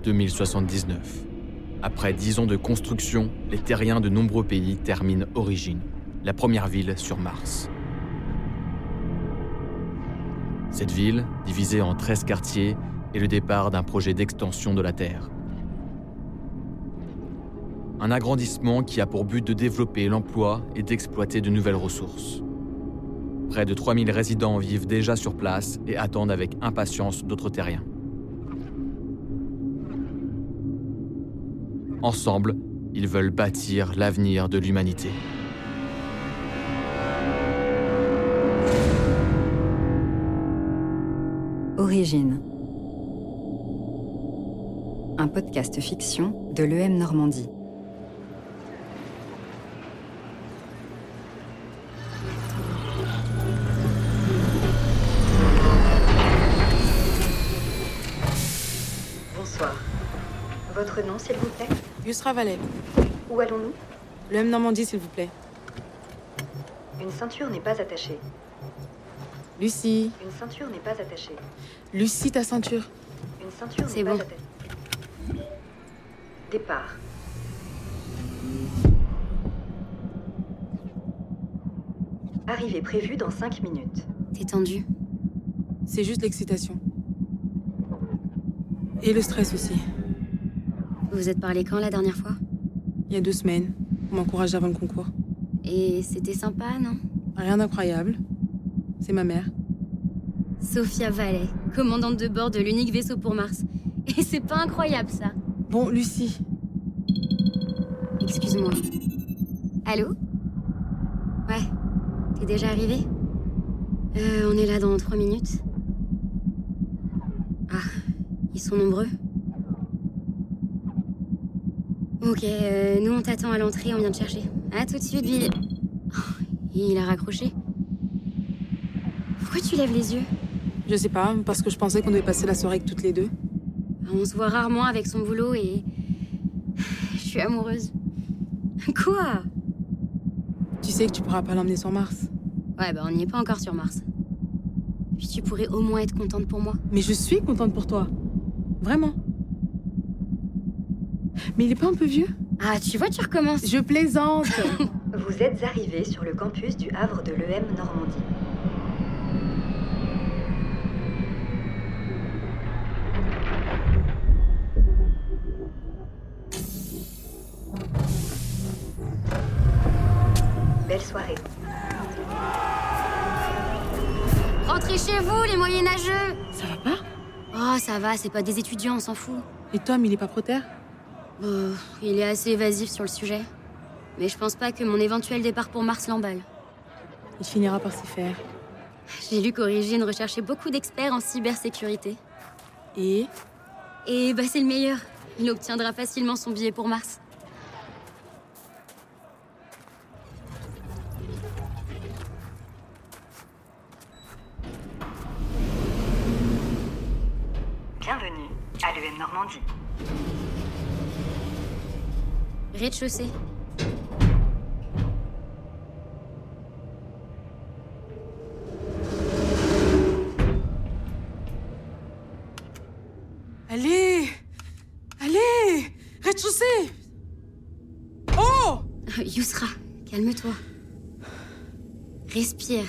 2079. Après 10 ans de construction, les terriens de nombreux pays terminent Origine, la première ville sur Mars. Cette ville, divisée en 13 quartiers, est le départ d'un projet d'extension de la Terre. Un agrandissement qui a pour but de développer l'emploi et d'exploiter de nouvelles ressources. Près de 3000 résidents vivent déjà sur place et attendent avec impatience d'autres terriens. Ensemble, ils veulent bâtir l'avenir de l'humanité. Origine. Un podcast fiction de l'EM Normandie. Bonsoir. Votre nom, s'il vous plaît? Yusra Valet. Où allons-nous? L'EM Normandie, s'il vous plaît. Une ceinture n'est pas attachée. Lucie. Une ceinture n'est pas attachée. Lucie, ta ceinture. Une ceinture C'est n'est bon. pas attachée. Départ. Arrivée prévue dans 5 minutes. T'es tendu? C'est juste l'excitation. Et le stress aussi. Vous vous êtes parlé quand la dernière fois? Il y a 2 semaines. On m'encourage avant le concours. Et c'était sympa, non? Rien d'incroyable. C'est ma mère. Sophia Valet, commandante de bord de l'unique vaisseau pour Mars. Et c'est pas incroyable, ça? Bon, Lucie. Excuse-moi. Allô? Ouais. T'es déjà arrivé? On est là dans 3 minutes. Ah, ils sont nombreux. Ok, nous on t'attend à l'entrée, on vient te chercher. À tout de suite, Bill. Oh, il a raccroché. Pourquoi tu lèves les yeux? Je sais pas, parce que je pensais qu'on devait passer la soirée avec toutes les deux. On se voit rarement avec son boulot et... Je suis amoureuse. Quoi? Tu sais que tu pourras pas l'emmener sur Mars. Ouais, on n'y est pas encore sur Mars. Puis tu pourrais au moins être contente pour moi. Mais je suis contente pour toi. Vraiment. Mais il est pas un peu vieux? Ah, tu vois, tu recommences. Je plaisante. Vous êtes arrivé sur le campus du Havre de l'EM Normandie. Belle soirée. Rentrez chez vous, les moyenâgeux. Ça va pas? Oh, ça va, c'est pas des étudiants, on s'en fout. Et Tom, il est pas proter? Il est assez évasif sur le sujet. Mais je pense pas que mon éventuel départ pour Mars l'emballe. Il finira par s'y faire. J'ai lu qu'Origine recherchait beaucoup d'experts en cybersécurité. Et Et c'est le meilleur. Il obtiendra facilement son billet pour Mars. Bienvenue à l'EM Normandie. Rez-de-chaussée. Allez! Allez! Rez-de-chaussée! Oh! Yusra, calme-toi. Respire.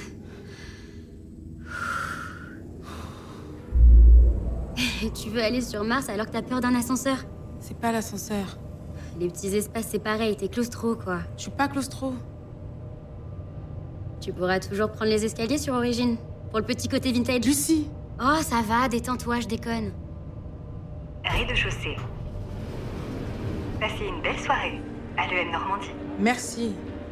Tu veux aller sur Mars alors que t'as peur d'un ascenseur? C'est pas l'ascenseur. Les petits espaces, c'est pareil, t'es claustro, quoi. Je suis pas claustro. Tu pourras toujours prendre les escaliers sur Origine, pour le petit côté vintage. Lucie! Oh, ça va, détends-toi, je déconne. Rez-de-chaussée. Passez une belle soirée à l'EM Normandie. Merci.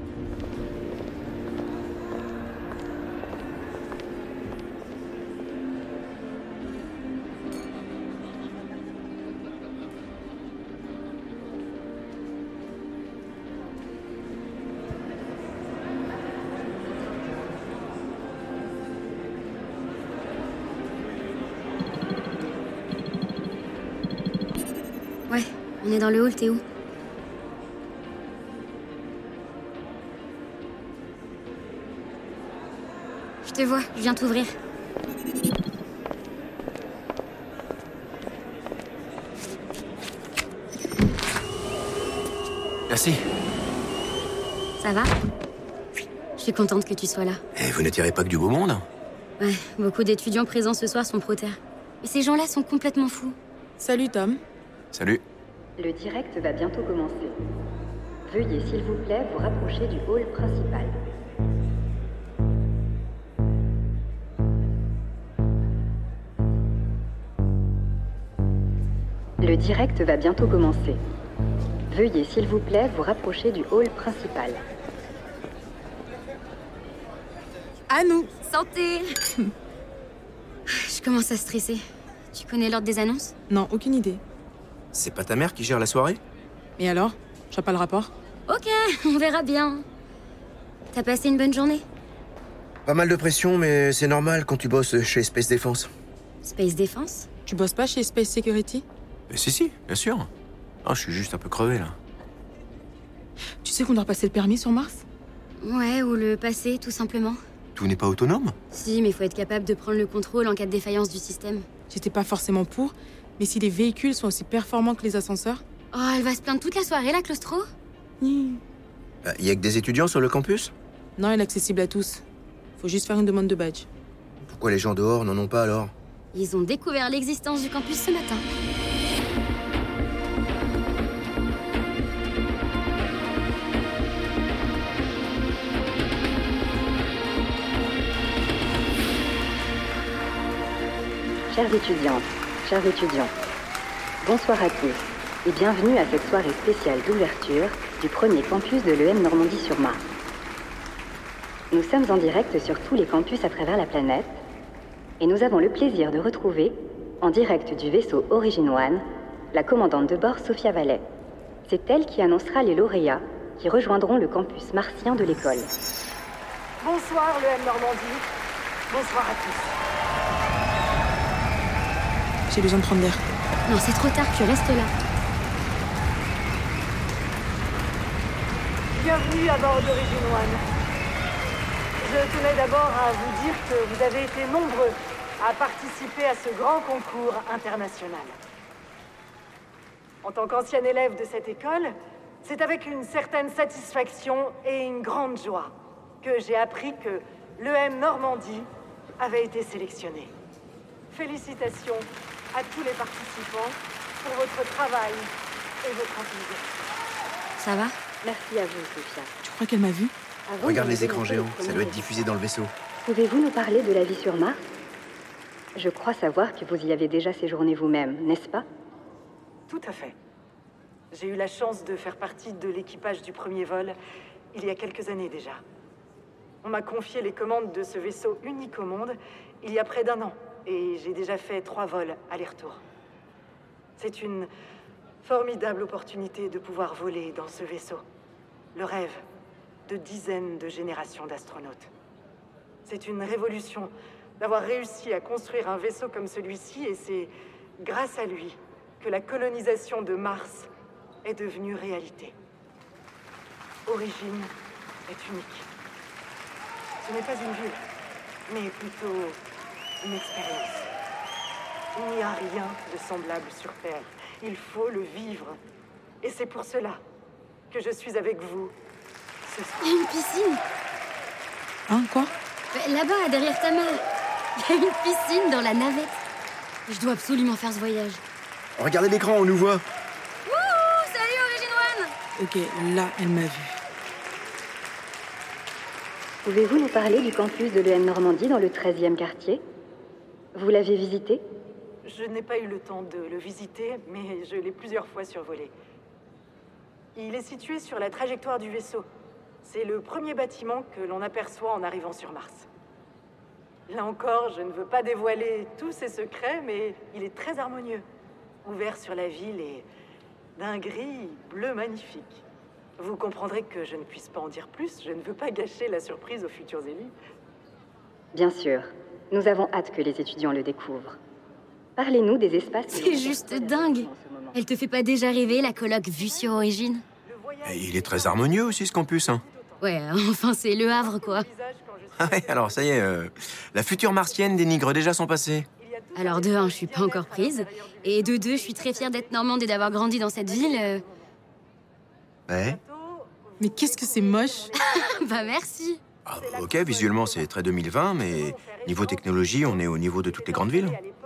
Ouais, on est dans le hall, t'es où? Je te vois, je viens t'ouvrir. Merci. Ça va? Je suis contente que tu sois là. Et vous n'attirez pas que du beau monde? Ouais, beaucoup d'étudiants présents ce soir sont pro-terre. Mais ces gens-là sont complètement fous. Salut Tom. Salut. Le direct va bientôt commencer. Veuillez s'il vous plaît vous rapprocher du hall principal. Le direct va bientôt commencer. Veuillez s'il vous plaît vous rapprocher du hall principal. À nous. Santé. Je commence à stresser. Tu connais l'ordre des annonces? Non, aucune idée. C'est pas ta mère qui gère la soirée? Et alors? Je vois pas le rapport. Ok, on verra bien. T'as passé une bonne journée? Pas mal de pression, mais c'est normal quand tu bosses chez Space Defense. Space Defense? Tu bosses pas chez Space Security? Si, bien sûr. Ah, je suis juste un peu crevé, là. Tu sais qu'on doit passer le permis sur Mars? Ouais, ou le passer, tout simplement. Tout n'est pas autonome? Si, mais faut être capable de prendre le contrôle en cas de défaillance du système. J'étais pas forcément pour, mais si les véhicules sont aussi performants que les ascenseurs... Oh, elle va se plaindre toute la soirée, la claustro? Ni- Y a que des étudiants sur le campus? Non, elle est accessible à tous. Faut juste faire une demande de badge. Pourquoi les gens dehors n'en ont pas alors? Ils ont découvert l'existence du campus ce matin. Chères étudiantes, chers étudiants, bonsoir à tous et bienvenue à cette soirée spéciale d'ouverture du premier campus de l'EM Normandie-sur-Mars. Nous sommes en direct sur tous les campus à travers la planète et nous avons le plaisir de retrouver, en direct du vaisseau Origin One, la commandante de bord Sophia Vallet. C'est elle qui annoncera les lauréats qui rejoindront le campus martien de l'école. Bonsoir l'EM Normandie, bonsoir à tous. J'ai besoin de prendre l'air. Non, c'est trop tard, tu restes là. Bienvenue à bord d'Origin One. Je tenais d'abord à vous dire que vous avez été nombreux à participer à ce grand concours international. En tant qu'ancien élève de cette école, c'est avec une certaine satisfaction et une grande joie que j'ai appris que l'EM Normandie avait été sélectionné. Félicitations à tous les participants pour votre travail et votre enthousiasme. Ça va? Merci à vous, Sophia. Tu crois qu'elle m'a vu? Avant Regarde de les écrans commencer géants, le ça premier doit être exercice, diffusé dans le vaisseau. Pouvez-vous nous parler de la vie sur Mars? Je crois savoir que vous y avez déjà séjourné vous-même, n'est-ce pas? Tout à fait. J'ai eu la chance de faire partie de l'équipage du premier vol il y a quelques années déjà. On m'a confié les commandes de ce vaisseau unique au monde il y a près d'un an, et j'ai déjà fait 3 vols aller-retour. C'est une formidable opportunité de pouvoir voler dans ce vaisseau. Le rêve de dizaines de générations d'astronautes. C'est une révolution d'avoir réussi à construire un vaisseau comme celui-ci, et c'est grâce à lui que la colonisation de Mars est devenue réalité. Origin est unique. Ce n'est pas une ville, mais plutôt une expérience. Il n'y a rien de semblable sur Terre. Il faut le vivre. Et c'est pour cela que je suis avec vous ce soir. Il y a une piscine. Hein, quoi? Là-bas, derrière ta mère. Il y a une piscine dans la navette. Je dois absolument faire ce voyage. Regardez l'écran, on nous voit. Wouhou! Salut Origin One! Ok, là, elle m'a vu. Pouvez-vous nous parler du campus de l'EM Normandie dans le 13e quartier? Vous l'avez visité? Je n'ai pas eu le temps de le visiter, mais je l'ai plusieurs fois survolé. Il est situé sur la trajectoire du vaisseau. C'est le premier bâtiment que l'on aperçoit en arrivant sur Mars. Là encore, je ne veux pas dévoiler tous ses secrets, mais il est très harmonieux. Ouvert sur la ville et d'un gris bleu magnifique. Vous comprendrez que je ne puisse pas en dire plus. Je ne veux pas gâcher la surprise aux futurs élus. Bien sûr. Nous avons hâte que les étudiants le découvrent. Parlez-nous des espaces... que C'est l'on juste peut dingue. en ce moment. Elle te fait pas déjà rêver, la coloc vue sur Origine? Et il est très harmonieux aussi, ce campus, hein. Ouais, enfin, c'est le Havre, quoi. Ah ouais, alors ça y est, la future martienne dénigre déjà son passé. Alors de 1, je suis pas encore prise. Et de 2, je suis très fière d'être normande et d'avoir grandi dans cette ville. Ouais. Mais qu'est-ce que c'est moche. Bah merci. Ah, ok, visuellement, c'est très 2020, mais niveau technologie, on est au niveau de toutes les grandes villes.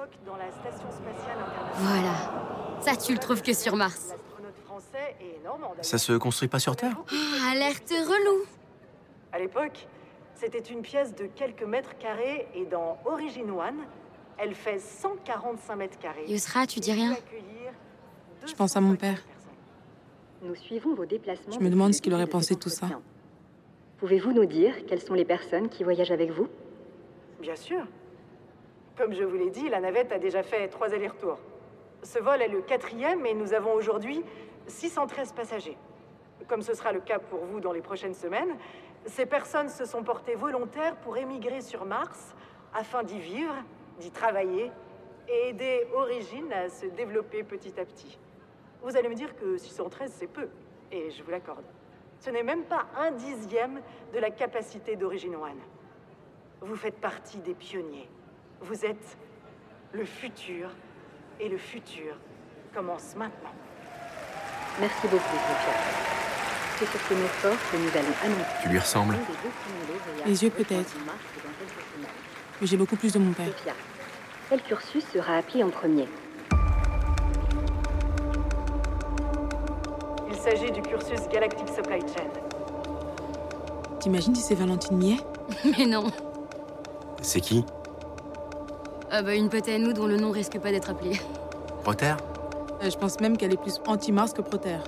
Voilà. Ça, tu le trouves que sur Mars. Ça se construit pas sur Terre? Ah, alerte relou. À l'époque, c'était une pièce de quelques mètres carrés et dans Origin One, elle fait 145 mètres carrés. Yusra, tu dis rien? Je pense à mon père. Nous suivons vos déplacements. Je me demande ce depuis qu'il le aurait début pensé cet de tout ça. entretien. Pouvez-vous nous dire quelles sont les personnes qui voyagent avec vous? Bien sûr. Comme je vous l'ai dit, la navette a déjà fait 3 allers-retours. Ce vol est le 4e et nous avons aujourd'hui 613 passagers. Comme ce sera le cas pour vous dans les prochaines semaines, ces personnes se sont portées volontaires pour émigrer sur Mars afin d'y vivre, d'y travailler et aider Origin à se développer petit à petit. Vous allez me dire que 613 c'est peu, et je vous l'accorde. Ce n'est même pas 1/10 de la capacité d'Origin One. Vous faites partie des pionniers. Vous êtes le futur, et le futur commence maintenant. Merci beaucoup, Sophia. C'est sur ces mots forts que nous allons annoncer. Tu lui ressembles? Les yeux, peut-être. Mais j'ai beaucoup plus de mon père. Sophia, quel cursus sera appelé en premier? Il s'agit du cursus Galactic Supply Chain. T'imagines si c'est Valentine Millet? Mais non. C'est qui? Ah bah une pote à nous dont le nom risque pas d'être appelé. Potter? Je pense même qu'elle est plus anti-Mars que pro-Terre.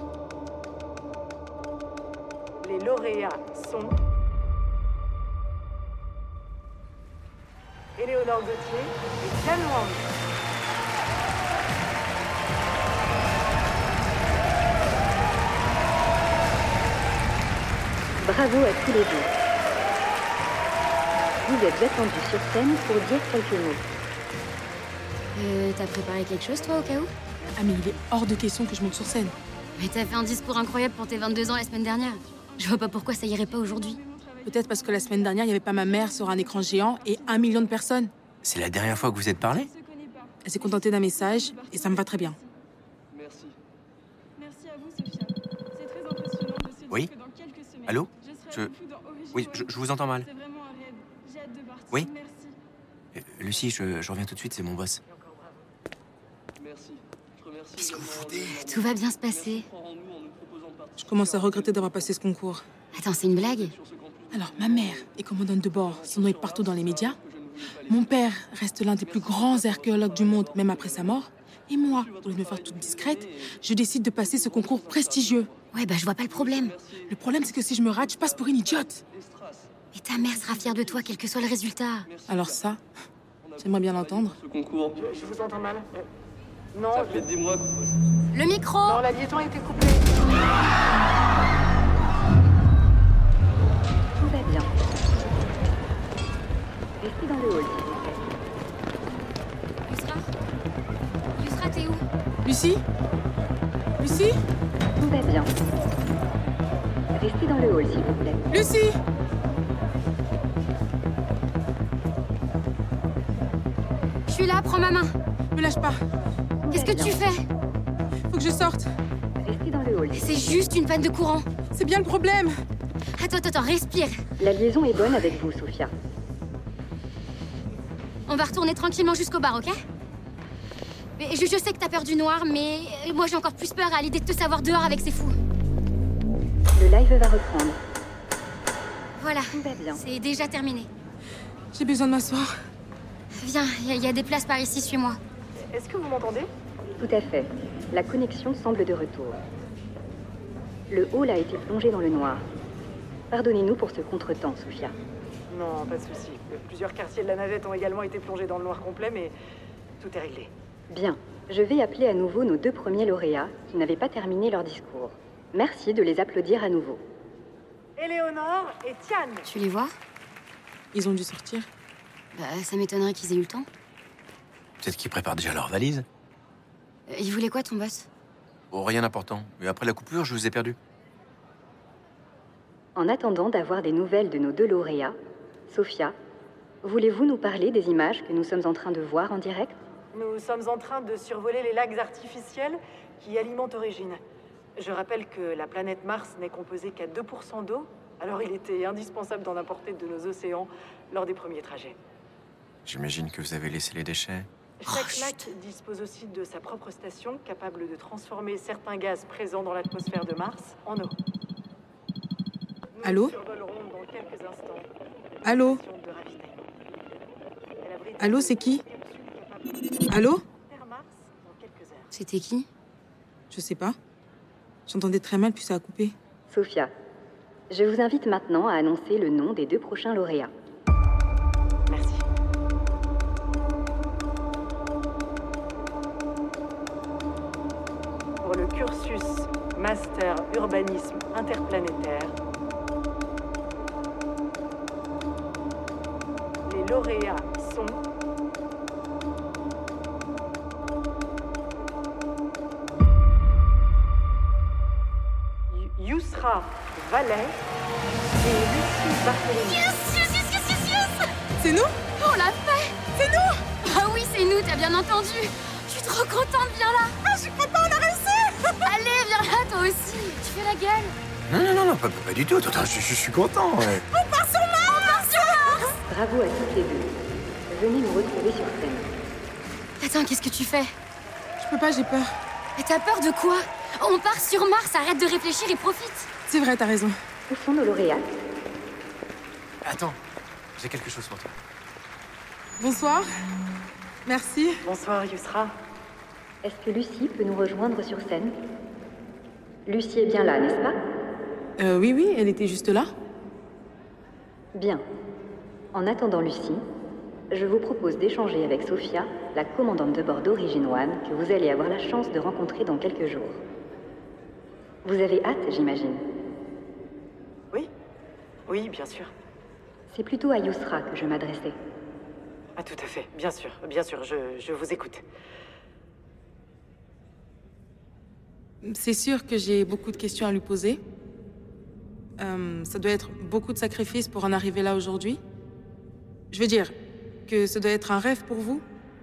Les lauréats sont Éléonore Gauthier et Tian Wang. Bravo à tous les deux. Vous êtes attendus sur scène pour dire quelques mots. T'as préparé quelque chose toi au cas où? Ah mais il est hors de question que je monte sur scène. Mais t'as fait un discours incroyable pour tes 22 ans la semaine dernière. Je vois pas pourquoi ça irait pas aujourd'hui. Peut-être parce que la semaine dernière, il n'y avait pas ma mère sur un écran géant et 1 million de personnes. C'est la dernière fois que vous êtes parlé? Elle s'est contentée d'un message et ça me va très bien. Merci. Merci à vous, Sophia. C'est très impressionnant de se dire Oui? que dans quelques semaines, Allô? je serai avec vous dans Origin Oui, One. je vous entends mal. C'est vraiment un rêve. J'ai hâte de partir. Oui? Merci. Lucie, je reviens tout de suite, c'est mon boss. Merci. Je remercie. Qu'est-ce que vous foutez? Tout va bien se passer. Je commence à regretter d'avoir passé ce concours. Attends, c'est une blague? Alors, ma mère est commandante de bord, son nom est partout dans les médias. Mon père reste l'un des plus grands archéologues du monde, même après sa mort. Et moi, pour me faire toute discrète, je décide de passer ce concours prestigieux. Ouais, bah je vois pas le problème. Le problème, c'est que si je me rate, je passe pour une idiote. Mais ta mère sera fière de toi, quel que soit le résultat. Alors ça, j'aimerais bien l'entendre. Ce concours, Je vous entends mal. Non, ça fait des mois que... Le micro! non, la liaison a été coupée. Tout va bien. Restez dans le hall, s'il vous plaît. Yusra? Yusra, t'es où? Lucie? Lucie? Tout va bien. Restez dans le hall, s'il vous plaît. Lucie? Je suis là, prends ma main. Me lâche pas. Tout Qu'est-ce va que tu bien. fais? Faut que je sorte. Restez dans le hall. C'est juste une panne de courant. C'est bien le problème. Attends, respire. La liaison est bonne avec vous, Sophia. On va retourner tranquillement jusqu'au bar, ok? Mais je sais que t'as peur du noir, mais moi j'ai encore plus peur à l'idée de te savoir dehors avec ces fous. Le live va reprendre. Voilà, Tout va bien. c'est déjà terminé. J'ai besoin de m'asseoir. Viens, il y a des places par ici, suis-moi. Est-ce que vous m'entendez? Tout à fait. La connexion semble de retour. Le hall a été plongé dans le noir. Pardonnez-nous pour ce contretemps, Sophia. Non, pas de souci. Plusieurs quartiers de la navette ont également été plongés dans le noir complet, mais tout est réglé. Bien. Je vais appeler à nouveau nos 2 premiers lauréats qui n'avaient pas terminé leur discours. Merci de les applaudir à nouveau. Éléonore et Tian. Tu les vois? Ils ont dû sortir. Bah, ça m'étonnerait qu'ils aient eu le temps. Peut-être qu'ils préparent déjà leur valise. Il voulait quoi, ton boss? Oh, rien d'important. Mais après la coupure, je vous ai perdu. En attendant d'avoir des nouvelles de nos 2 lauréats, Sophia, voulez-vous nous parler des images que nous sommes en train de voir en direct? Nous sommes en train de survoler les lacs artificiels qui alimentent Origin. Je rappelle que la planète Mars n'est composée qu'à 2% d'eau, alors il était indispensable d'en apporter de nos océans lors des premiers trajets. J'imagine que vous avez laissé les déchets. Chaque lac dispose aussi de sa propre station, capable de transformer certains gaz présents dans l'atmosphère de Mars en eau. Nous Allô? survolerons dans quelques instants une Allô? station de ravitaillement. Elle abrite Allô, c'est qui? une capsule capable de Allô? faire Mars dans quelques heures. C'était qui? Je sais pas. J'entendais très mal, puis ça a coupé. Sophia, je vous invite maintenant à annoncer le nom des 2 prochains lauréats. Merci. Pour le cursus Master Urbanisme Interplanétaire, les lauréats sont Yousra Vallet et Lucie Barthélémy. C'est nous? On l'a fait! C'est nous! Ah oui, c'est nous, t'as bien entendu! Je suis trop contente, viens là! Ah, je suis contente, on a réussi! Allez, viens là, toi aussi! Tu fais la gueule! Non, pas du tout. Attends, je suis content. Ouais. Bravo à toutes les deux. Venez nous retrouver sur scène. Attends, qu'est-ce que tu fais? Je peux pas, j'ai peur. Mais t'as peur de quoi? On part sur Mars, arrête de réfléchir et profite! C'est vrai, t'as raison. Où sont nos lauréats? Attends, j'ai quelque chose pour toi. Bonsoir. Merci. Bonsoir Yousra. Est-ce que Lucie peut nous rejoindre sur scène? Lucie est bien là, n'est-ce pas? Oui, elle était juste là. Bien. En attendant Lucie, je vous propose d'échanger avec Sophia, la commandante de bord d'Origin One, que vous allez avoir la chance de rencontrer dans quelques jours. Vous avez hâte, j'imagine. Oui, bien sûr. C'est plutôt à Yousra que je m'adressais. Ah, tout à fait. Bien sûr, je vous écoute. C'est sûr que j'ai beaucoup de questions à lui poser. Ça doit être beaucoup de sacrifices pour en arriver là aujourd'hui. Je veux dire que ça doit être un rêve pour vous.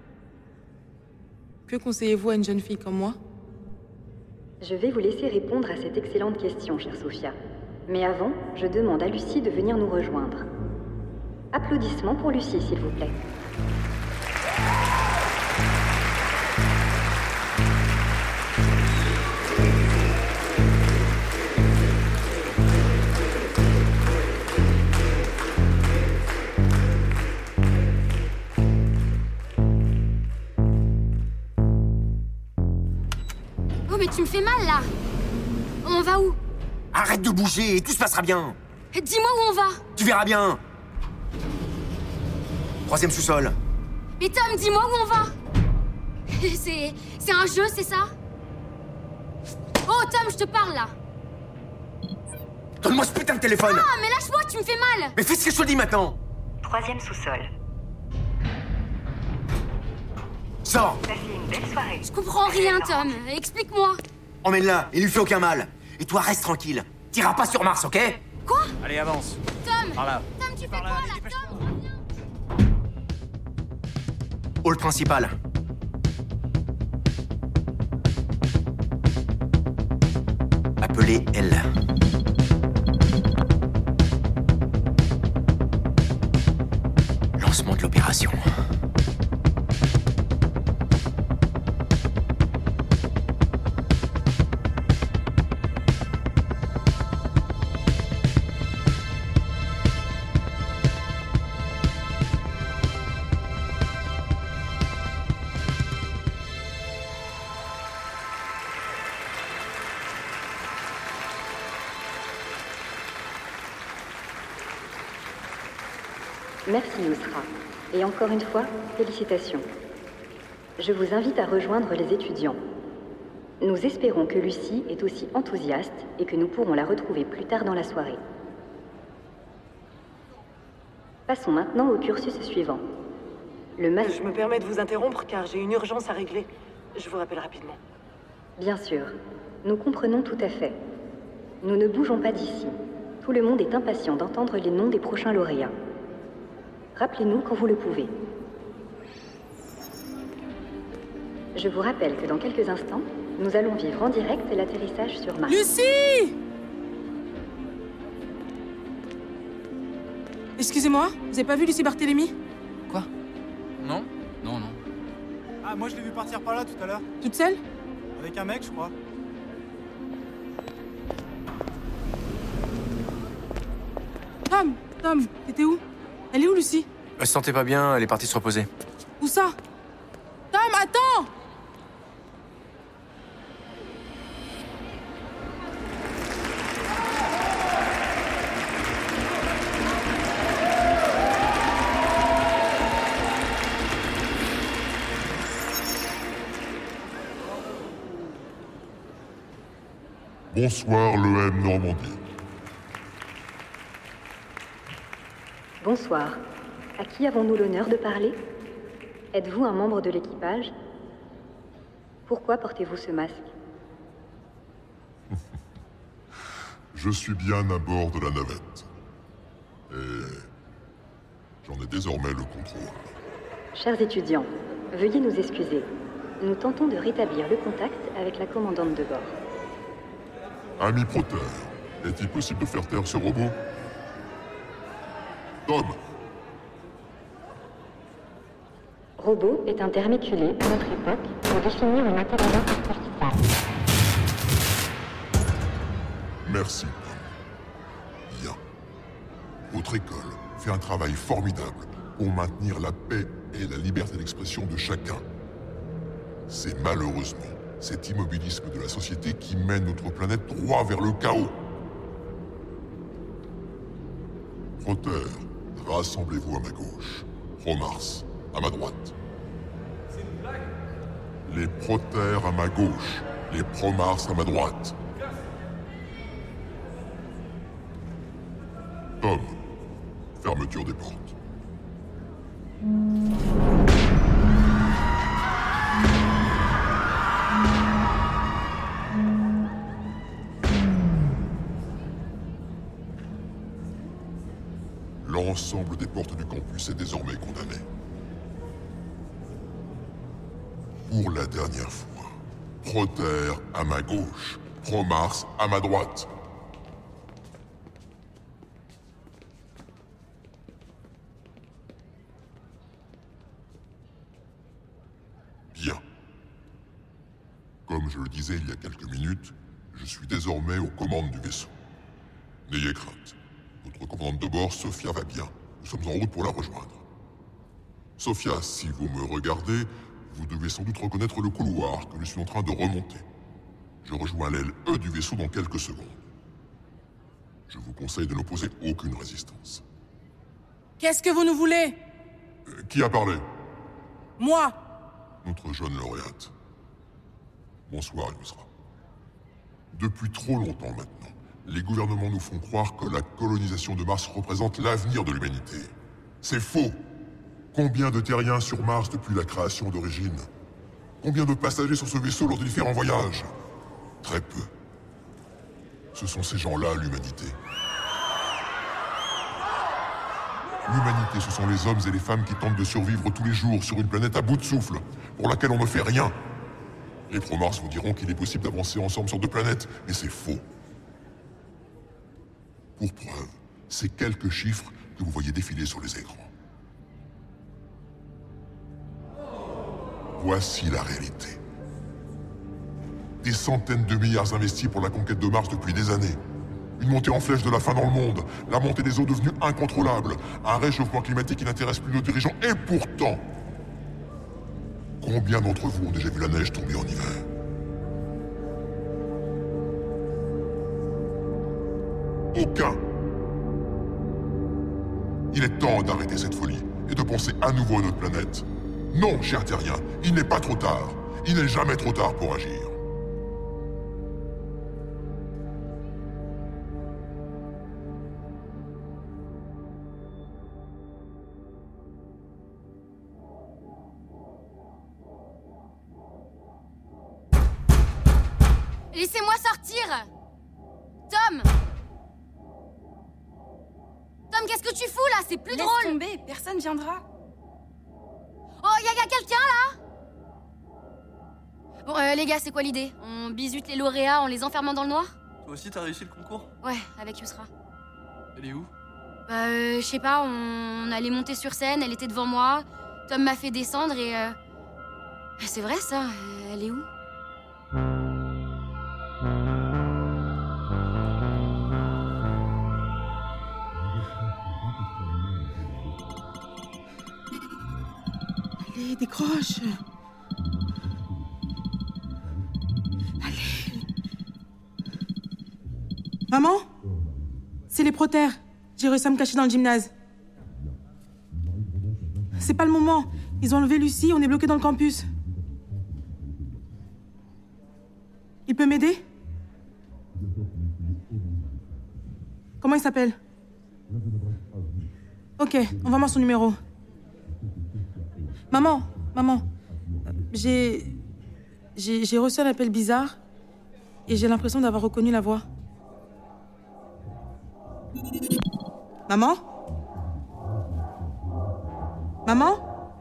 Que conseillez-vous à une jeune fille comme moi? Je vais vous laisser répondre à cette excellente question, chère Sophia. Mais avant, je demande à Lucie de venir nous rejoindre. Applaudissements pour Lucie, s'il vous plaît. Oh, mais tu me fais mal, là! On va où? Arrête de bouger et tout se passera bien. Dis-moi où on va! Tu verras bien. 3e sous-sol. Mais Tom, dis-moi où on va! C'est un jeu, c'est ça? Oh, Tom, je te parle, là! Donne-moi ce putain de téléphone. Ah, mais lâche-moi, tu me fais mal! Mais fais ce que je te dis maintenant. 3e sous-sol. Sors. Passez une belle soirée. Je comprends rien, Tom. Explique-moi. Emmène-la, il lui fait aucun mal. Et toi, reste tranquille. T'iras pas sur Mars, ok? Quoi? Allez, avance. Tom! Par là. Tom, tu fais quoi, là? Tom, reviens! Hall principal. Appelez elle. Lancement de l'opération. Merci Yousra. Et encore une fois, félicitations. Je vous invite à rejoindre les étudiants. Nous espérons que Lucie est aussi enthousiaste et que nous pourrons la retrouver plus tard dans la soirée. Passons maintenant au cursus suivant. Le Je me permets de vous interrompre car j'ai une urgence à régler. Je vous rappelle rapidement. Bien sûr, nous comprenons tout à fait. Nous ne bougeons pas d'ici. Tout le monde est impatient d'entendre les noms des prochains lauréats. Rappelez-nous quand vous le pouvez. Je vous rappelle que dans quelques instants, nous allons vivre en direct l'atterrissage sur Mars. Lucie! Excusez-moi, vous avez pas vu Lucie Barthélemy? Quoi? Non? Non. Ah, moi je l'ai vu partir par là tout à l'heure. Toute seule? Avec un mec, je crois. Tom, t'étais où? Elle est où, Lucie? Elle se sentait pas bien, elle est partie se reposer. Où ça? Tom, attends! Bonsoir, l'EM Normandie. Bonsoir. À qui avons-nous l'honneur de parler? Êtes-vous un membre de l'équipage? Pourquoi portez-vous ce masque? Je suis bien à bord de la navette. Et j'en ai désormais le contrôle. Chers étudiants, veuillez nous excuser. Nous tentons de rétablir le contact avec la commandante de bord. Ami Proter, est-il possible de faire taire ce robot? Tom! Robot est un terme éculé à notre époque pour définir une intelligence artificielle. Merci, Tom. Bien. Votre école fait un travail formidable pour maintenir la paix et la liberté d'expression de chacun. C'est malheureusement cet immobilisme de la société qui mène notre planète droit vers le chaos. Proter, rassemblez-vous à ma gauche. Promars, à ma droite. C'est une blague? Les Proter à ma gauche. Les Promars à ma droite. Tom, fermeture des portes. L'ensemble des portes du campus est désormais condamné. Pour la dernière fois, Proter à ma gauche, Promars à ma droite. Bien. Comme je le disais il y a quelques minutes, je suis désormais aux commandes du vaisseau. N'ayez crainte. Notre commandante de bord, Sophia, va bien. Nous sommes en route pour la rejoindre. Sophia, si vous me regardez, vous devez sans doute reconnaître le couloir que je suis en train de remonter. Je rejoins l'aile E du vaisseau dans quelques secondes. Je vous conseille de n'opposer aucune résistance. Qu'est-ce que vous nous voulez? Qui a parlé? Moi! Notre jeune lauréate. Bonsoir, Yusra. Depuis trop longtemps maintenant, les gouvernements nous font croire que la colonisation de Mars représente l'avenir de l'humanité. C'est faux! Combien de terriens sur Mars depuis la création d'origine? Combien de passagers sur ce vaisseau lors de différents voyages? Très peu. Ce sont ces gens-là, l'humanité. L'humanité, ce sont les hommes et les femmes qui tentent de survivre tous les jours sur une planète à bout de souffle, pour laquelle on ne fait rien. Les Promars vous diront qu'il est possible d'avancer ensemble sur 2 planètes, mais c'est faux. Pour preuve, ces quelques chiffres que vous voyez défiler sur les écrans. Voici la réalité. Des centaines de milliards investis pour la conquête de Mars depuis des années. Une montée en flèche de la faim dans le monde, la montée des eaux devenue incontrôlable, un réchauffement climatique qui n'intéresse plus nos dirigeants, et pourtant... Combien d'entre vous ont déjà vu la neige tomber en hiver? Aucun. Il est temps d'arrêter cette folie et de penser à nouveau à notre planète. Non, chers terriens, il n'est pas trop tard. Il n'est jamais trop tard pour agir. Laissez-moi sortir! Tom! Tom, qu'est-ce que tu fous là? C'est plus drôle! Laisse tomber, personne viendra. Oh, y a quelqu'un là? Bon, les gars, c'est quoi l'idée? On bisute les lauréats en les enfermant dans le noir? Toi aussi, t'as réussi le concours? Ouais, avec Yusra. Elle est où? Bah, je sais pas, on allait monter sur scène, elle était devant moi. Tom m'a fait descendre et... C'est vrai, ça? Elle est où? Allez, décroche. Allez. Maman? C'est les protères. J'ai réussi à me cacher dans le gymnase. C'est pas le moment. Ils ont enlevé Lucie, on est bloqué dans le campus. Il peut m'aider? Comment il s'appelle? Ok, envoie-moi son numéro. Maman, j'ai reçu un appel bizarre et j'ai l'impression d'avoir reconnu la voix. Maman? Maman?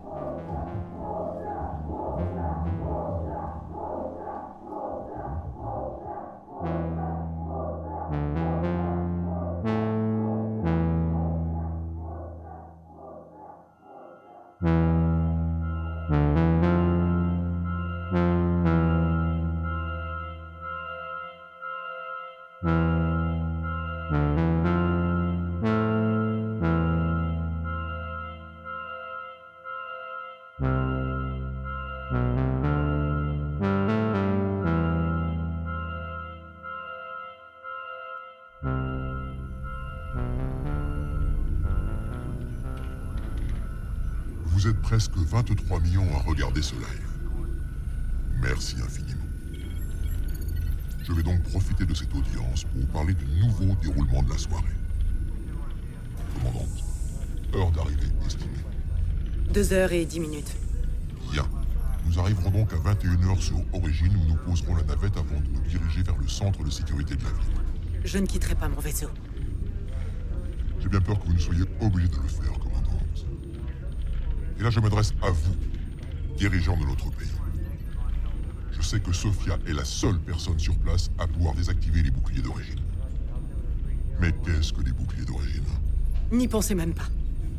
Vous êtes presque 23 millions à regarder ce live. Merci infiniment. Je vais donc profiter de cette audience pour vous parler du nouveau déroulement de la soirée. Commandante, heure d'arrivée estimée. 2h10. Bien. Nous arriverons donc à 21h sur Origine où nous poserons la navette avant de nous diriger vers le centre de sécurité de la ville. Je ne quitterai pas mon vaisseau. J'ai bien peur que vous ne soyez obligé de le faire, commandante. Et là, je m'adresse à vous, dirigeant de notre pays. Je sais que Sophia est la seule personne sur place à pouvoir désactiver les boucliers d'origine. Mais qu'est-ce que les boucliers d'origine? N'y pensez même pas.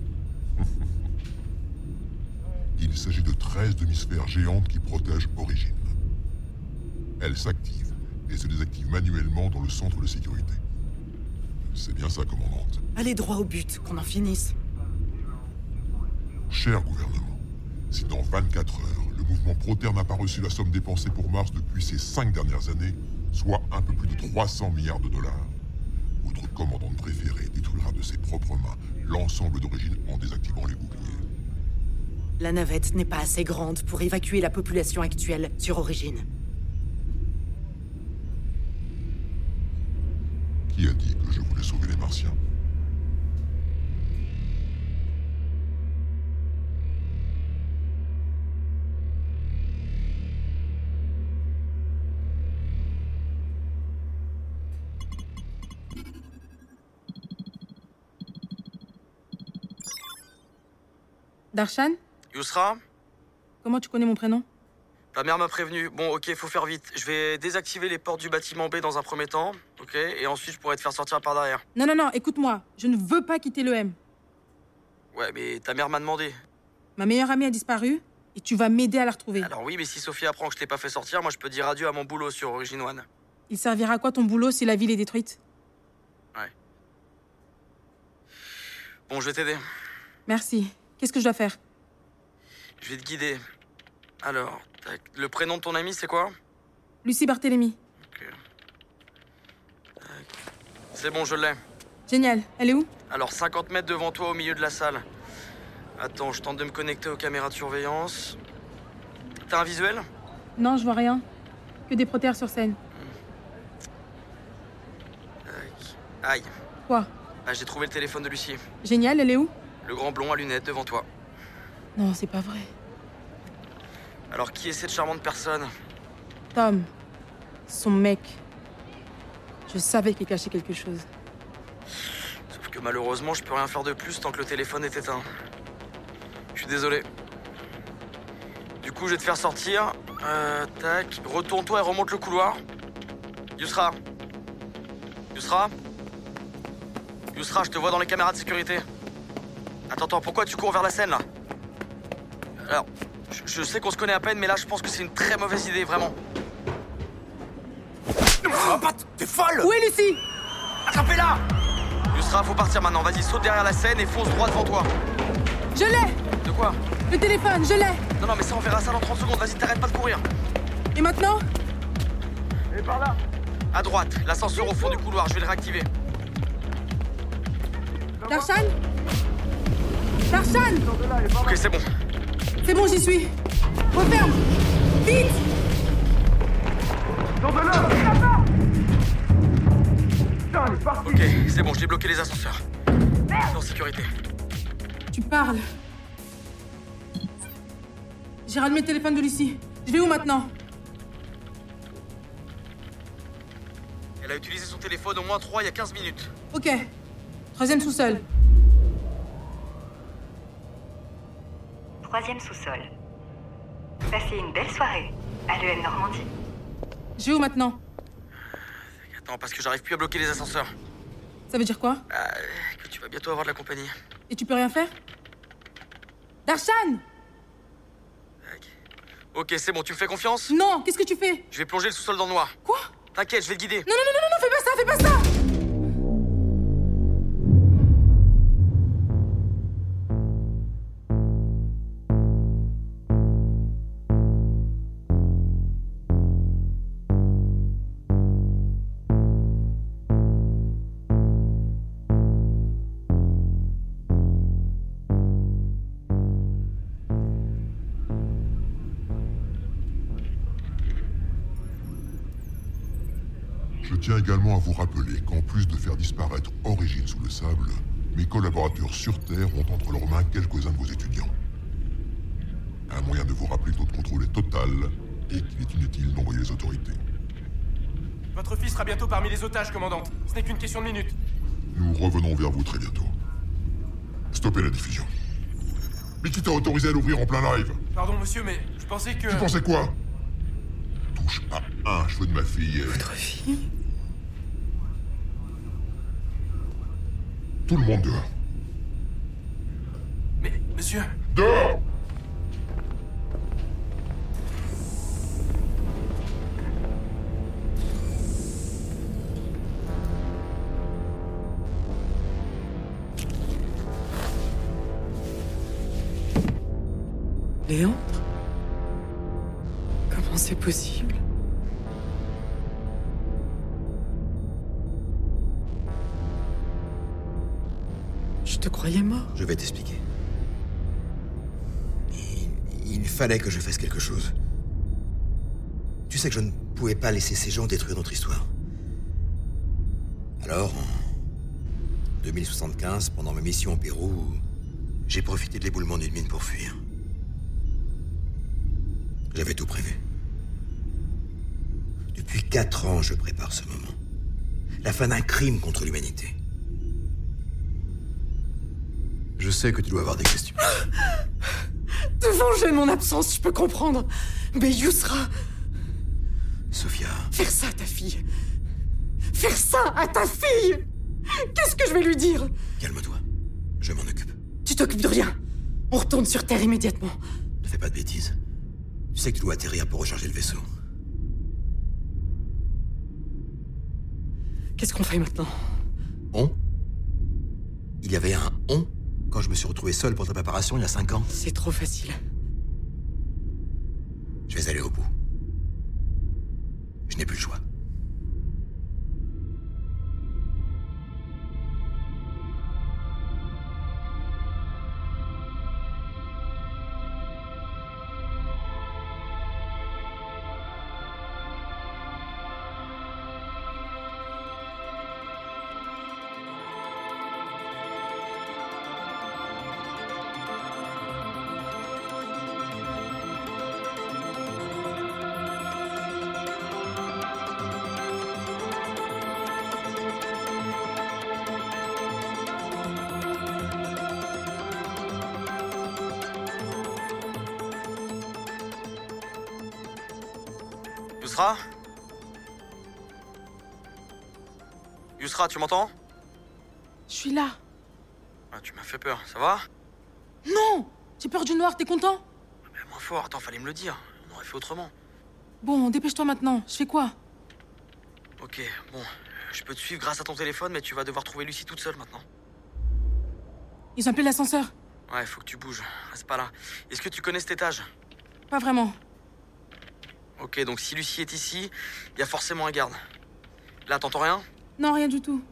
Il s'agit de 13 demi-sphères géantes qui protègent Origine. Elles s'activent et se désactivent manuellement dans le centre de sécurité. C'est bien ça, commandante. Allez droit au but, qu'on en finisse. Cher gouvernement, si dans 24 heures, le mouvement Proter n'a pas reçu la somme dépensée pour Mars depuis ces 5 dernières années, soit un peu plus de 300 milliards de dollars, votre commandante préférée détruira de ses propres mains l'ensemble d'Origine en désactivant les boucliers. La navette n'est pas assez grande pour évacuer la population actuelle sur Origine. Qui a dit que je voulais sauver les Martiens? Darshan? Yusra? Comment tu connais mon prénom? Ta mère m'a prévenu. Bon, ok, faut faire vite. Je vais désactiver les portes du bâtiment B dans un premier temps, ok? Et ensuite, je pourrais te faire sortir par derrière. Non, écoute-moi. Je ne veux pas quitter le M. Ouais, mais ta mère m'a demandé. Ma meilleure amie a disparu et tu vas m'aider à la retrouver. Alors oui, mais si Sophie apprend que je t'ai pas fait sortir, moi je peux dire adieu à mon boulot sur Origin One. Il servira à quoi ton boulot si la ville est détruite? Ouais. Bon, je vais t'aider. Merci. Qu'est-ce que je dois faire? Je vais te guider. Alors, le prénom de ton amie, c'est quoi? Lucie Barthélemy. Ok. C'est bon, je l'ai. Génial. Elle est où? Alors, 50 mètres devant toi, au milieu de la salle. Attends, je tente de me connecter aux caméras de surveillance. T'as un visuel? Non, je vois rien. Que des protères sur scène. Aïe. Quoi? Ah, j'ai trouvé le téléphone de Lucie. Génial, elle est où? Le grand blond à lunettes devant toi. Non, c'est pas vrai. Alors, qui est cette charmante personne? Tom. Son mec. Je savais qu'il cachait quelque chose. Sauf que malheureusement, je peux rien faire de plus tant que le téléphone est éteint. Je suis désolé. Du coup, je vais te faire sortir Tac. Retourne-toi et remonte le couloir. Yousra. Yousra, je te vois dans les caméras de sécurité. Attends, pourquoi tu cours vers la scène, là? Alors, je sais qu'on se connaît à peine, mais là, je pense que c'est une très mauvaise idée, vraiment. T'es folle! Où est Lucie? Attrapez-la! Yousra, faut partir maintenant. Vas-y, saute derrière la scène et fonce droit devant toi. Je l'ai! De quoi? Le téléphone, je l'ai! Non, mais ça, on verra ça dans 30 secondes. Vas-y, t'arrêtes pas de courir. Et maintenant? Et par là. À droite, l'ascenseur au fond du couloir. Je vais le réactiver. Darshan? Darshan! Ok, c'est bon. C'est bon, j'y suis. Referme! Vite! Ok, c'est bon, j'ai bloqué les ascenseurs. En sécurité. Tu parles. J'ai rallumé le téléphone de Lucie. Je vais où maintenant? Elle a utilisé son téléphone au moins 3 il y a 15 minutes. Ok. 3e sous-sol. 3e sous-sol. Passez une belle soirée à l'EM Normandie. Je vais où maintenant? Attends, parce que j'arrive plus à bloquer les ascenseurs. Ça veut dire quoi? Que tu vas bientôt avoir de la compagnie. Et tu peux rien faire? Darshan! Ok, c'est bon, tu me fais confiance? Non, qu'est-ce que tu fais? Je vais plonger le sous-sol dans le noir. Quoi? T'inquiète, je vais te guider. Non, fais pas ça, fais pas ça! Je tiens également à vous rappeler qu'en plus de faire disparaître Origine sous le sable, mes collaborateurs sur Terre ont entre leurs mains quelques-uns de vos étudiants. Un moyen de vous rappeler que notre contrôle est total et qu'il est inutile d'envoyer les autorités. Votre fils sera bientôt parmi les otages, commandante. Ce n'est qu'une question de minutes. Nous revenons vers vous très bientôt. Stoppez la diffusion. Mais qui t'a autorisé à l'ouvrir en plein live? Pardon, monsieur, mais je pensais que... Tu pensais quoi? Touche à un cheveu de ma fille. Votre fille? Tout le monde dehors. Mais, monsieur... Dehors! Léandre? Comment c'est possible? Je te croyais mort. Je vais t'expliquer. Il fallait que je fasse quelque chose. Tu sais que je ne pouvais pas laisser ces gens détruire notre histoire. Alors, en 2075, pendant ma mission au Pérou, j'ai profité de l'éboulement d'une mine pour fuir. J'avais tout prévu. Depuis 4 ans, je prépare ce moment. La fin d'un crime contre l'humanité. Je sais que tu dois avoir des questions. Te venger de mon absence, je peux comprendre. Mais Yousra... Sophia... Faire ça à ta fille. Faire ça à ta fille. Qu'est-ce que je vais lui dire? Calme-toi. Je m'en occupe. Tu t'occupes de rien. On retourne sur Terre immédiatement. Ne fais pas de bêtises. Tu sais que tu dois atterrir pour recharger le vaisseau. Qu'est-ce qu'on fait maintenant? On? Il y avait un on quand je me suis retrouvé seul pour ta préparation il y a 5 ans. C'est trop facile. Je vais aller au bout. Je n'ai plus le choix. Yusra? Yusra, tu m'entends? Je suis là. Ah, tu m'as fait peur, ça va? Non! J'ai peur du noir, t'es content? Mais moins fort, attends, fallait me le dire. On aurait fait autrement. Bon, dépêche-toi maintenant. Je fais quoi? Ok, bon. Je peux te suivre grâce à ton téléphone, mais tu vas devoir trouver Lucie toute seule maintenant. Ils ont appelé l'ascenseur. Ouais, faut que tu bouges. Reste pas là. Est-ce que tu connais cet étage? Pas vraiment. Ok, donc si Lucie est ici, il y a forcément un garde. Là, t'entends rien? Non, rien du tout.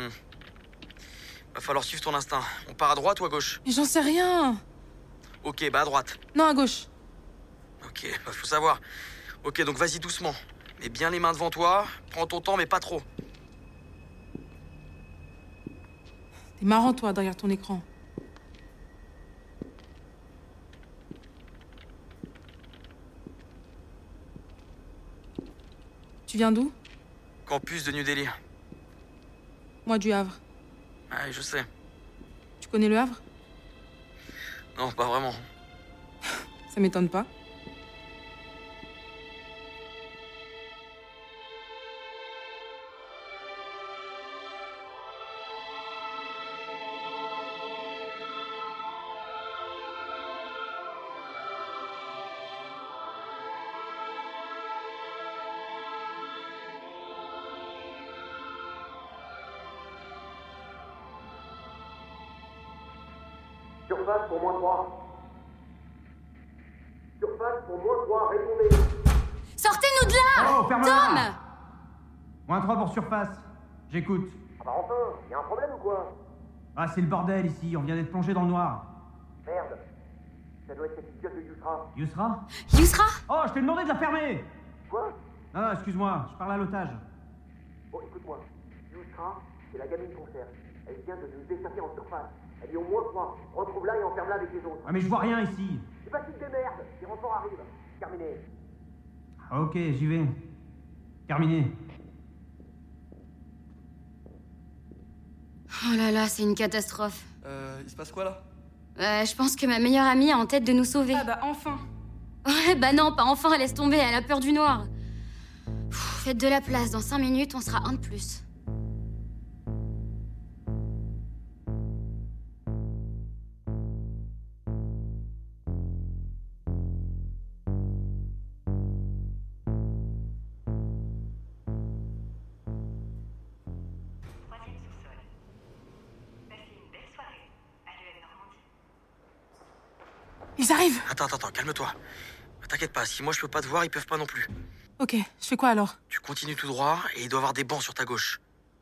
Va falloir suivre ton instinct. On part à droite ou à gauche? Mais j'en sais rien. Ok, bah à droite. Non, à gauche. Ok, bah faut savoir. Ok, donc vas-y doucement. Mets bien les mains devant toi. Prends ton temps, mais pas trop. T'es marrant, toi, derrière ton écran. Tu viens d'où? Campus de New Delhi. Moi, du Havre. Ouais, je sais. Tu connais le Havre? Non, pas vraiment. Ça m'étonne pas. Surface pour -3. Surface pour -3, répondez. Sortez-nous de là! Oh, ferme-la! Tom! -3 pour surface. J'écoute. Ah bah enfin, y a un problème ou quoi? Ah, c'est le bordel ici, on vient d'être plongé dans le noir. Merde. Ça doit être cette idiote de Yusra. Yusra? Yusra? Oh, je t'ai demandé de la fermer! Quoi? Non, excuse-moi, je parle à l'otage. Bon, écoute-moi. Yusra, c'est la gamine qu'on cherche. Elle vient de nous décerner en surface. Elle est au -3. Retrouve-la et enferme-la avec les autres. Ah, mais je vois rien ici. C'est pas qu'il te démerde. Les renforts arrivent. Terminé. Ah, ok, j'y vais. Terminé. Oh là là, c'est une catastrophe. Il se passe quoi là? Je pense que ma meilleure amie est en tête de nous sauver. Ah bah enfin. Ouais, bah non, pas enfin, laisse tomber, elle a peur du noir. Faites de la place, dans 5 minutes, on sera un de plus. Ils arrivent! Attends, calme-toi. T'inquiète pas, si moi je peux pas te voir, ils peuvent pas non plus. Ok, je fais quoi alors? Tu continues tout droit et il doit y avoir des bancs sur ta gauche.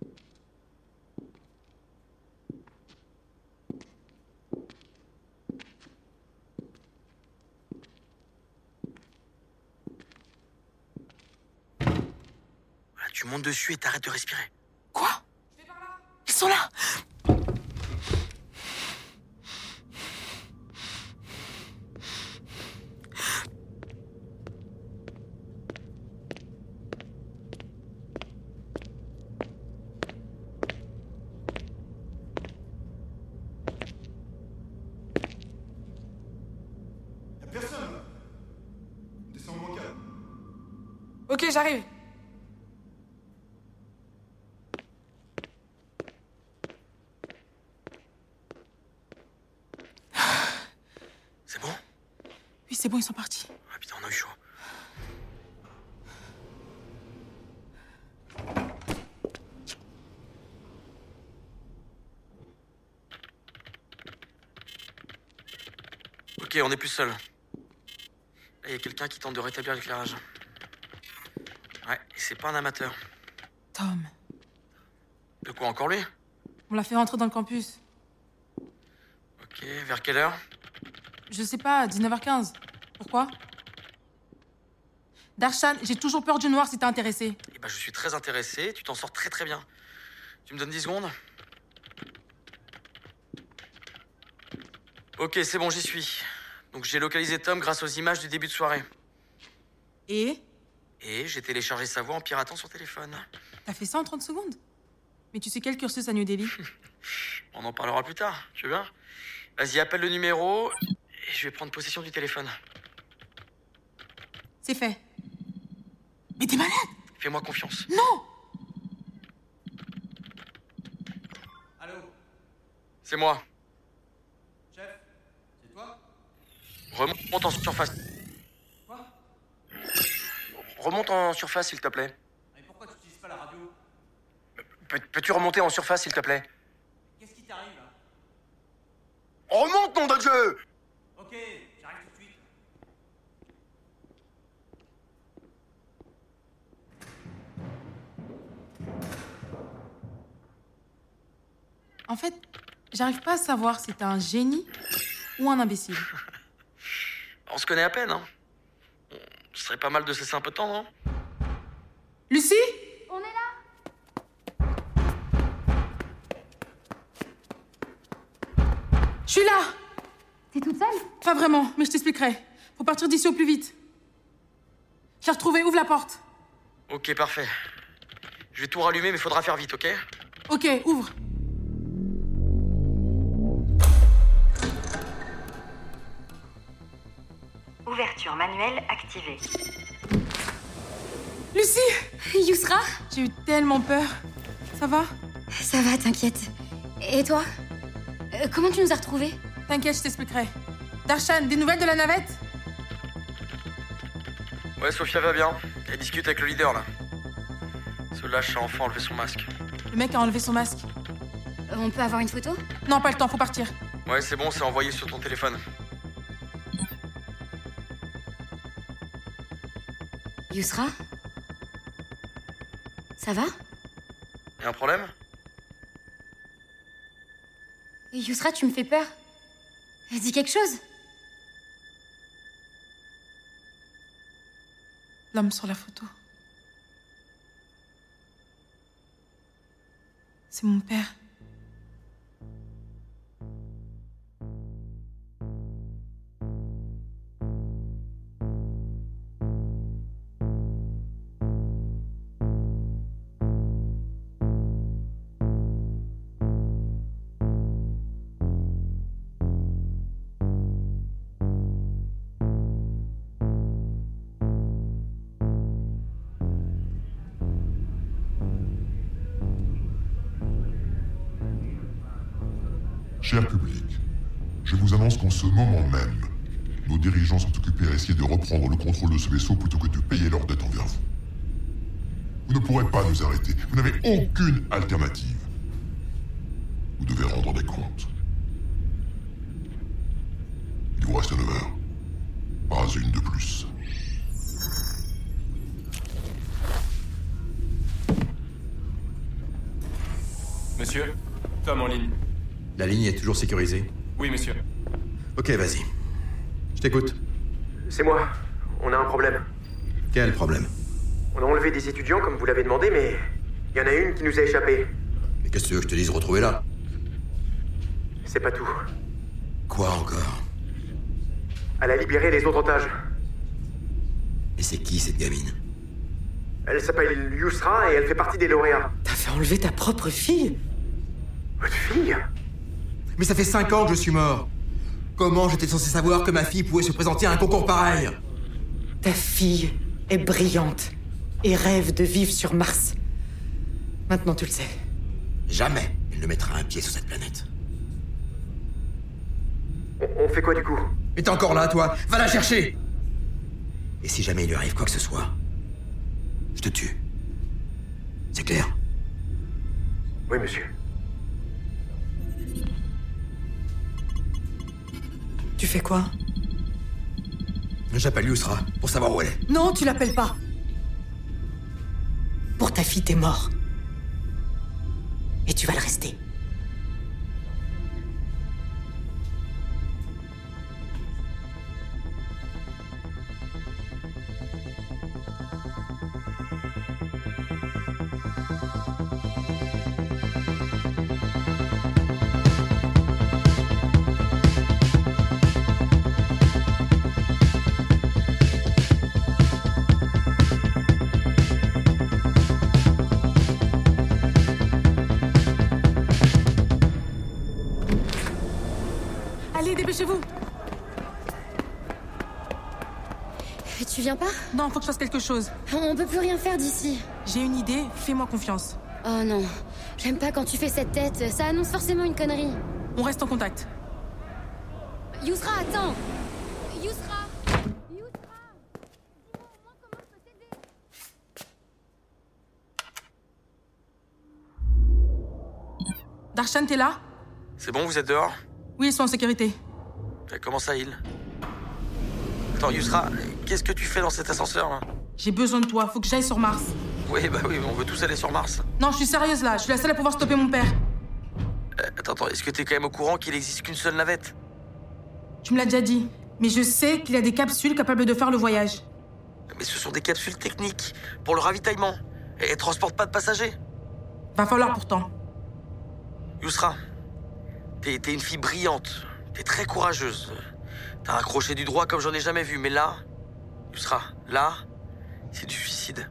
Voilà, tu montes dessus et t'arrêtes de respirer. Quoi? Ils sont là! Personne. Descends au bancal. Ok, j'arrive. C'est bon? Oui, c'est bon, ils sont partis. Ah putain, on a eu chaud. Ok, on est plus seul. Il y a quelqu'un qui tente de rétablir l'éclairage. Ouais, et c'est pas un amateur. Tom, De quoi, encore lui? on l'a fait rentrer dans le campus. Ok, vers quelle heure? Je sais pas, 19h15. Pourquoi? Darshan, j'ai toujours peur du noir si t'es intéressé. Eh ben, je suis très intéressé, tu t'en sors très très bien. Tu me donnes 10 secondes? Ok, c'est bon, j'y suis. Donc j'ai localisé Tom grâce aux images du début de soirée. Et? Et j'ai téléchargé sa voix en piratant son téléphone. T'as fait ça en 30 secondes? Mais tu sais quel cursus à New Delhi? On en parlera plus tard, tu veux bien? Vas-y, appelle le numéro et je vais prendre possession du téléphone. C'est fait. Mais t'es malade! Fais-moi confiance. Non! Allô? C'est moi. Chef, c'est toi? Remonte en surface. Quoi? Remonte en surface, s'il te plaît. Mais pourquoi tu n'utilises pas la radio? Peux-tu remonter en surface, s'il te plaît? Qu'est-ce qui t'arrive là? Remonte, nom de Dieu! Ok, j'arrive tout de suite. En fait, j'arrive pas à savoir si t'es un génie ou un imbécile. On se connaît à peine, hein. Ce serait pas mal de se laisser un peu de temps, non? Lucie? On est là! Je suis là! T'es toute seule? Pas vraiment, mais je t'expliquerai. Faut partir d'ici au plus vite. J'ai retrouvé, ouvre la porte. Ok, parfait. Je vais tout rallumer, mais faudra faire vite, ok? Ok, ouvre. Ouverture manuelle activée. Lucie! Yousra? J'ai eu tellement peur. Ça va? Ça va, t'inquiète. Et toi? Comment tu nous as retrouvés? T'inquiète, je t'expliquerai. Darshan, des nouvelles de la navette? Ouais, Sophia va bien. Elle discute avec le leader, là. Ce lâche a enfin enlevé son masque. Le mec a enlevé son masque. On peut avoir une photo? Non, pas le temps, faut partir. Ouais, c'est bon, c'est envoyé sur ton téléphone. Yousra? Ça va? Y'a un problème? Yousra, tu me fais peur. Dis quelque chose. L'homme sur la photo. C'est mon père. Cher public, je vous annonce qu'en ce moment même, nos dirigeants sont occupés à essayer de reprendre le contrôle de ce vaisseau plutôt que de payer leurs dettes envers vous. Vous ne pourrez pas nous arrêter. Vous n'avez aucune alternative. Vous devez rendre des comptes. Il vous reste 9 heures. Pas une de plus. Monsieur, Tom en ligne. La ligne est toujours sécurisée? Oui, monsieur. Ok, vas-y. Je t'écoute. C'est moi. On a un problème. Quel problème? On a enlevé des étudiants comme vous l'avez demandé, mais il y en a une qui nous a échappé. Mais qu'est-ce que tu veux que je te dise retrouver là? C'est pas tout. Quoi encore? Elle a libéré les autres otages. Et c'est qui cette gamine? Elle s'appelle Yousra et elle fait partie des lauréats. T'as fait enlever ta propre fille? Votre fille? Mais ça fait 5 ans que je suis mort. Comment j'étais censé savoir que ma fille pouvait se présenter à un concours pareil? Ta fille est brillante et rêve de vivre sur Mars. Maintenant tu le sais. Jamais elle ne mettra un pied sur cette planète. On fait quoi du coup? Mais t'es encore là, toi? Va la chercher! Et si jamais il lui arrive quoi que ce soit, je te tue. C'est clair? Oui, monsieur. Tu fais quoi? J'appelle Yousra pour savoir où elle est. Non, tu l'appelles pas. Pour ta fille, t'es mort. Et tu vas le rester. Allez, dépêchez-vous. Tu viens pas? Non, faut que je fasse quelque chose. On peut plus rien faire d'ici. J'ai une idée, fais-moi confiance. Oh non, j'aime pas quand tu fais cette tête, ça annonce forcément une connerie. On reste en contact. Yousra, attends! Yousra! Darshan, t'es là? C'est bon, vous êtes dehors? Oui, ils sont en sécurité. Comment ça, il? Attends, Yusra, qu'est-ce que tu fais dans cet ascenseur, là? J'ai besoin de toi, faut que j'aille sur Mars. Oui, on veut tous aller sur Mars. Non, je suis sérieuse là, je suis la seule à pouvoir stopper mon père. Attends, est-ce que t'es quand même au courant qu'il existe qu'une seule navette? Tu me l'as déjà dit, mais je sais qu'il y a des capsules capables de faire le voyage. Mais ce sont des capsules techniques, pour le ravitaillement. Et elles transportent pas de passagers. Va falloir pourtant. Yusra, t'es une fille brillante, t'es très courageuse. T'as un crochet du droit comme j'en ai jamais vu, mais là, Yusra, là, c'est du suicide.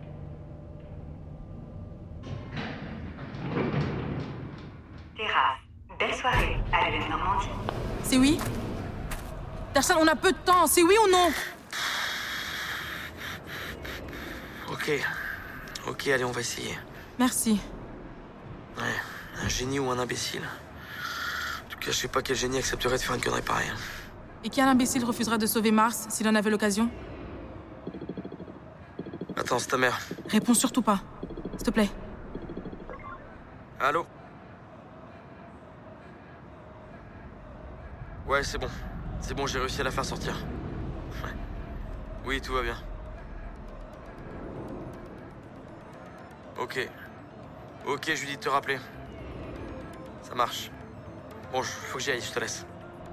Terrasse, belle soirée à l'UM Normandie. C'est oui? Darshan, on a peu de temps, c'est oui ou non? Ok, allez, on va essayer. Merci. Ouais, un génie ou un imbécile. En tout cas, je sais pas quel génie accepterait de faire une connerie pareille. Et quel imbécile refusera de sauver Mars s'il en avait l'occasion? Attends, c'est ta mère. Réponds surtout pas, s'il te plaît. Allô? Ouais, c'est bon. C'est bon, j'ai réussi à la faire sortir. Ouais. Oui, tout va bien. Ok, je lui dis de te rappeler. Ça marche. Bon, faut que j'y aille, je te laisse.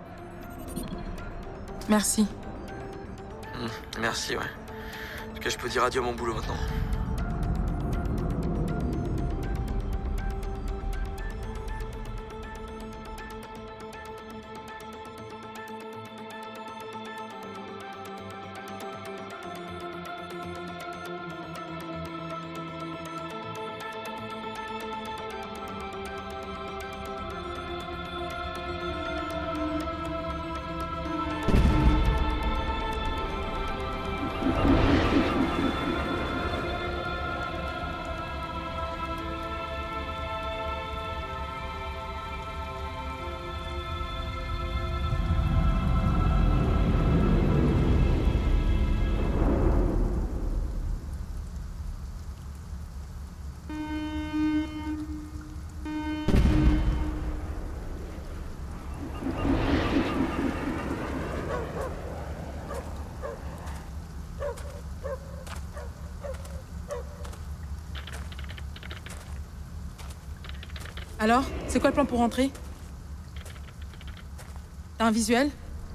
Merci. Merci, ouais. En tout cas, je peux dire adieu à mon boulot maintenant. Alors, c'est quoi le plan pour rentrer? T'as un visuel?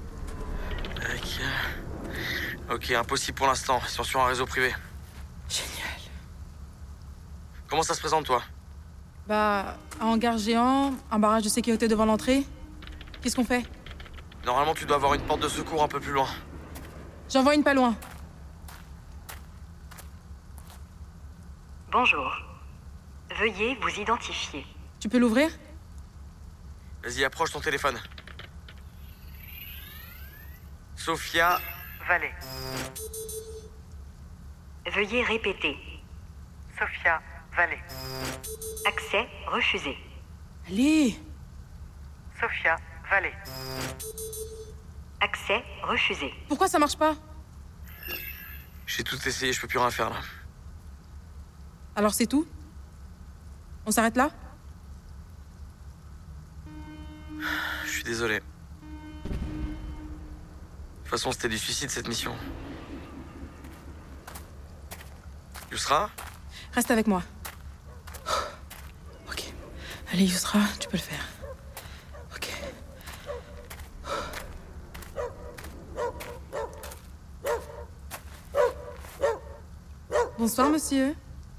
Ok, impossible pour l'instant. Ils sont sur un réseau privé. Génial. Comment ça se présente, toi? Un hangar géant, un barrage de sécurité devant l'entrée. Qu'est-ce qu'on fait? Normalement, tu dois avoir une porte de secours un peu plus loin. J'en vois une pas loin. Bonjour. Veuillez vous identifier. Tu peux l'ouvrir? Vas-y, approche ton téléphone. Sophia Vallée. Veuillez répéter. Sophia Vallée. Accès refusé. Allez! Sophia Vallée. Accès refusé. Pourquoi ça marche pas? J'ai tout essayé, je peux plus rien faire là. Alors c'est tout? On s'arrête là? Je suis désolé. De toute façon, c'était du suicide cette mission. Yusra? Reste avec moi. Ok. Allez, Yusra, tu peux le faire. Ok. Bonsoir, monsieur.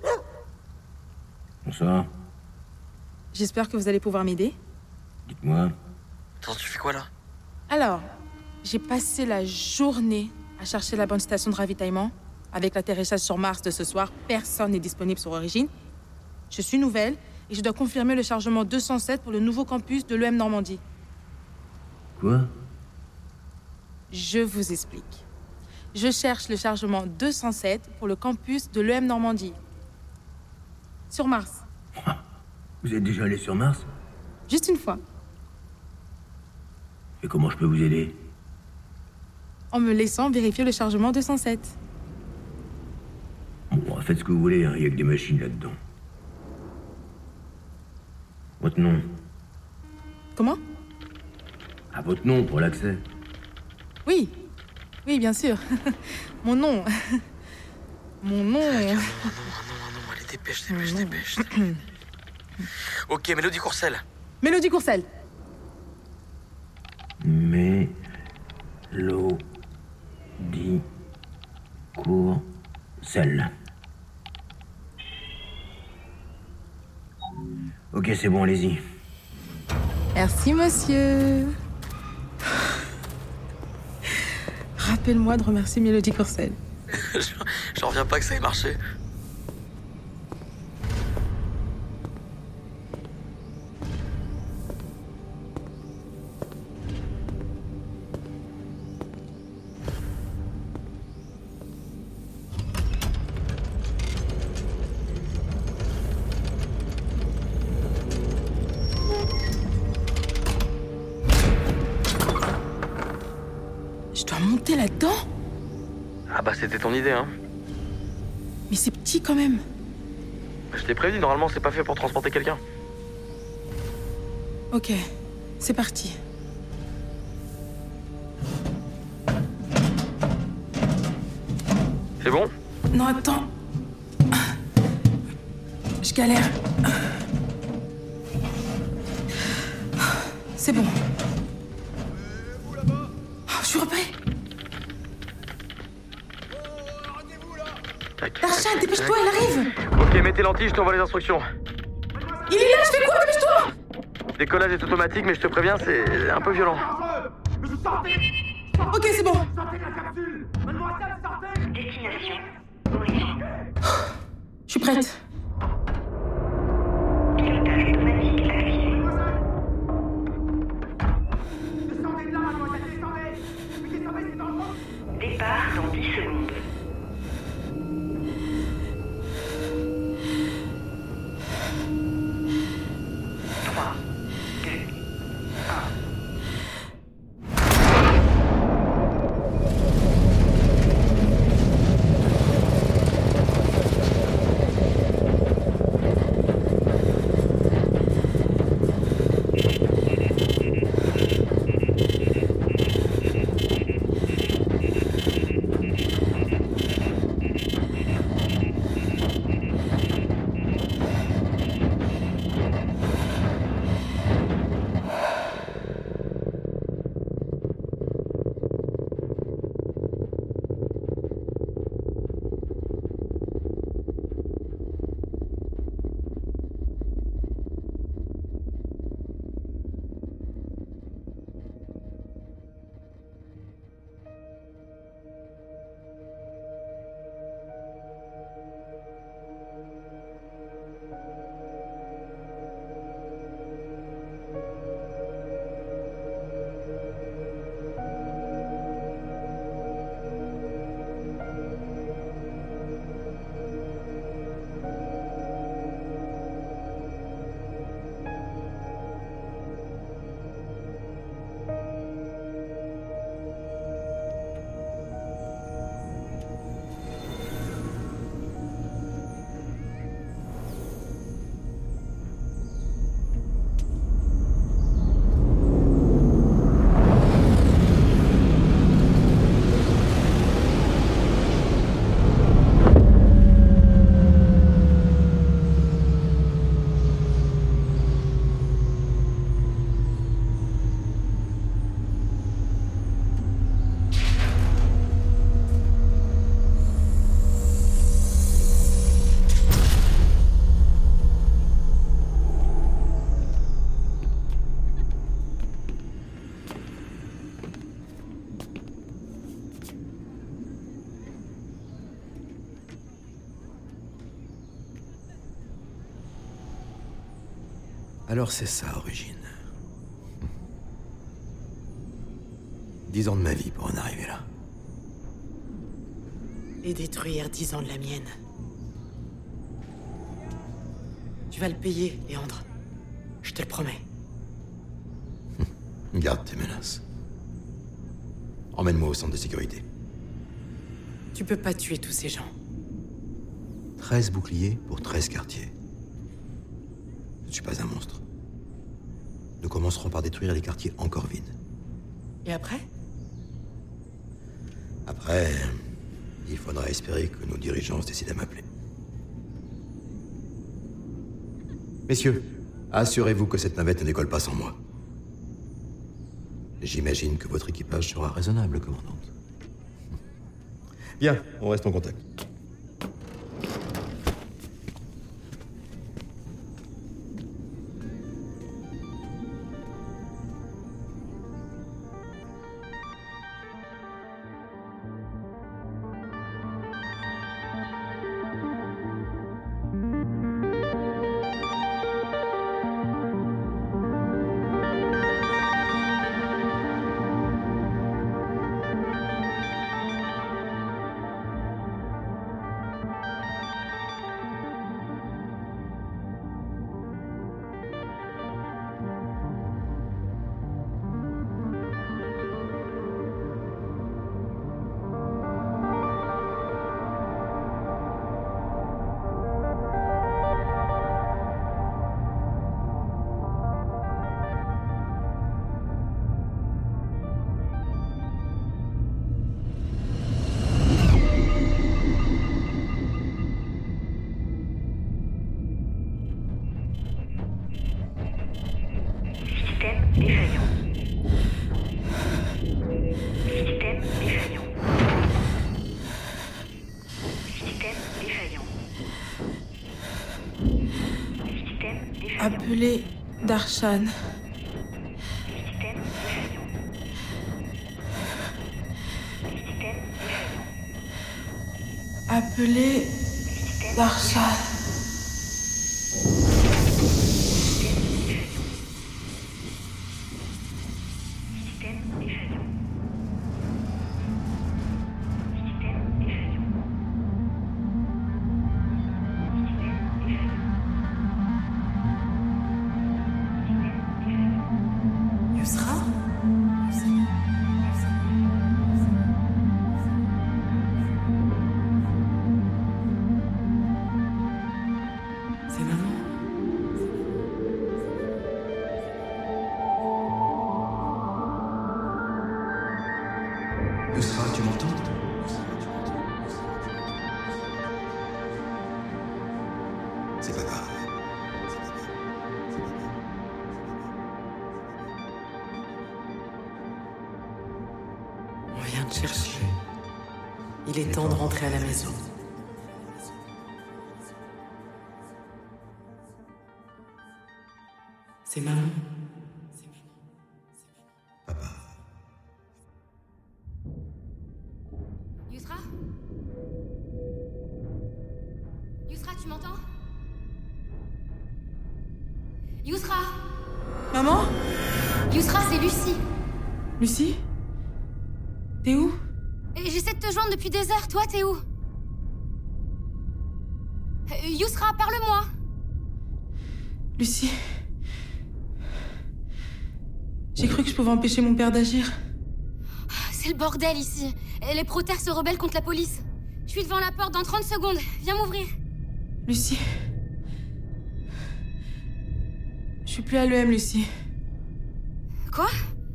Bonsoir. J'espère que vous allez pouvoir m'aider. Dites-moi. Attends, tu fais quoi là? Alors, j'ai passé la journée à chercher la bonne station de ravitaillement. Avec l'atterrissage sur Mars de ce soir, personne n'est disponible sur Origine. Je suis nouvelle et je dois confirmer le chargement 207 pour le nouveau campus de l'EM Normandie. Quoi? Je vous explique. Je cherche le chargement 207 pour le campus de l'EM Normandie. Sur Mars. Vous êtes déjà allé sur Mars? Juste une fois. Et comment je peux vous aider? En me laissant vérifier le chargement 207. Bon, faites ce que vous voulez, hein. Il y a que des machines là-dedans. Votre nom? Comment? Ah, votre nom pour l'accès. Oui. Oui, bien sûr. Mon nom. Mon nom. Non, allez, dépêche. Ok, Mélodie Courcelles. Mélodie Courcelles. Mélodie Courcelles. Ok, c'est bon, allez-y. Merci, monsieur. Rappelle-moi de remercier Mélodie Courcelles. J'en reviens pas que ça ait marché. Je dois monter là-dedans? Ah bah c'était ton idée, hein. Mais c'est petit quand même. Je t'ai prévenu, normalement c'est pas fait pour transporter quelqu'un. Ok, c'est parti. C'est bon? Non, attends. Je galère. C'est bon. Je suis repris. Darshad, dépêche-toi, elle arrive. Ok, mets tes lentilles, je t'envoie les instructions. Il est là, je fais quoi? Dépêche-toi. Décollage est automatique, mais je te préviens, c'est un peu violent. Ok, c'est bon. Destination. Je suis prête. Pilotage automatique activé. Départ dans 10 secondes. Alors c'est ça, Origine. 10 ans de ma vie pour en arriver là. Et détruire 10 ans de la mienne. Tu vas le payer, Léandre. Je te le promets. Garde tes menaces. Emmène-moi au centre de sécurité. Tu peux pas tuer tous ces gens. 13 boucliers pour 13 quartiers. Je ne suis pas un monstre. Nous commencerons par détruire les quartiers encore vides. Et après? Après, il faudra espérer que nos dirigeants se décident à m'appeler. Messieurs, assurez-vous que cette navette ne décolle pas sans moi. J'imagine que votre équipage sera raisonnable, commandante. Bien, on reste en contact. Appelez Darshan. Appelez Darshan. Yusra, tu m'entends? C'est pas grave. On vient te chercher. Il est temps de rentrer à la maison. C'est maman. Yusra? Yusra, tu m'entends? Yusra? Maman? Yusra, c'est Lucie. Lucie? T'es où? J'essaie de te joindre depuis des heures. Toi, t'es où? Yusra, parle-moi. Lucie? J'ai cru que je pouvais empêcher mon père d'agir. C'est le bordel ici. Les protaires se rebellent contre la police. Je suis devant la porte dans 30 secondes. Viens m'ouvrir. Lucie? Je suis plus à l'EM, Lucie. Quoi?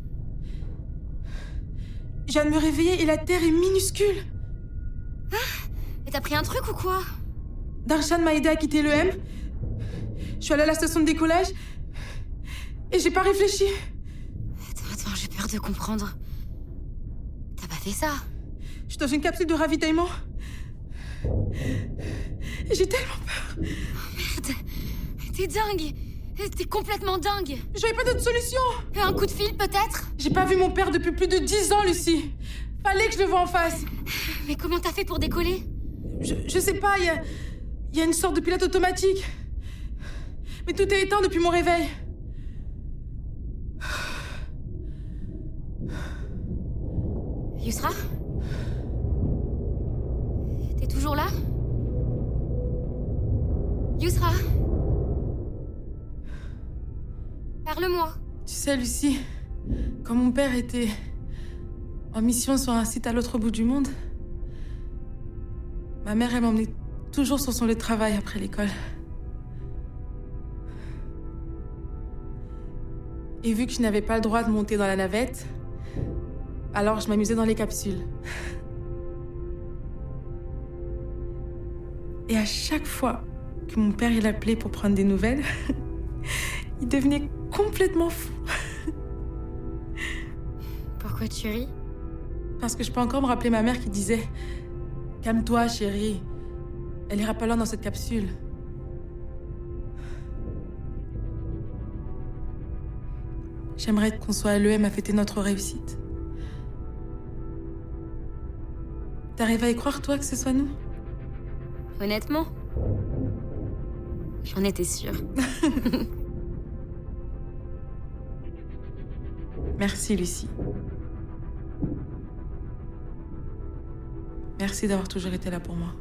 Je viens de me réveiller et la Terre est minuscule. Ah? Et t'as pris un truc ou quoi? Darshan m'a aidé à quitter l'EM. Je suis allée à la station de décollage et j'ai pas réfléchi. Attends, j'ai peur de comprendre. T'as pas fait ça? Je suis dans une capsule de ravitaillement. Et j'ai tellement peur. Oh merde. T'es dingue. T'es complètement dingue. J'avais pas d'autre solution. Un coup de fil, peut-être? J'ai pas vu mon père depuis plus de 10 ans, Lucie. Fallait que je le voie en face. Mais comment t'as fait pour décoller? Je sais pas, il y a une sorte de pilote automatique. Mais tout est éteint depuis mon réveil. Yusra? Parle-moi. Tu sais, Lucie, quand mon père était en mission sur un site à l'autre bout du monde, ma mère, elle m'emmenait toujours sur son lieu de travail après l'école. Et vu que je n'avais pas le droit de monter dans la navette, alors je m'amusais dans les capsules. Et à chaque fois que mon père il appelait pour prendre des nouvelles, il devenait complètement fou. Pourquoi tu ris? Parce que je peux encore me rappeler ma mère qui disait « Calme-toi, chérie. Elle ira pas loin dans cette capsule. » J'aimerais qu'on soit à l'EM à fêter notre réussite. T'arrives à y croire, toi, que ce soit nous? Honnêtement, j'en étais sûre. Merci, Lucie. Merci d'avoir toujours été là pour moi.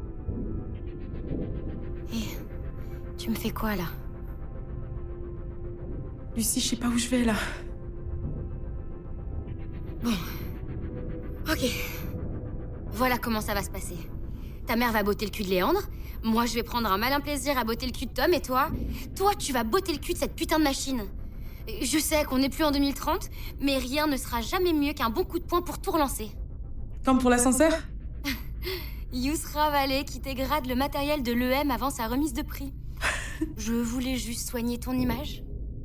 Et tu me fais quoi, là? Lucie, je sais pas où je vais, là. Bon. Ok. Voilà comment ça va se passer. Ta mère va botter le cul de Léandre, moi je vais prendre un malin plaisir à botter le cul de Tom, et toi tu vas botter le cul de cette putain de machine. Je sais qu'on n'est plus en 2030, mais rien ne sera jamais mieux qu'un bon coup de poing pour tout relancer. Comme pour l'ascenseur? Yousra Valley qui dégrade le matériel de l'EM avant sa remise de prix. Je voulais juste soigner ton image.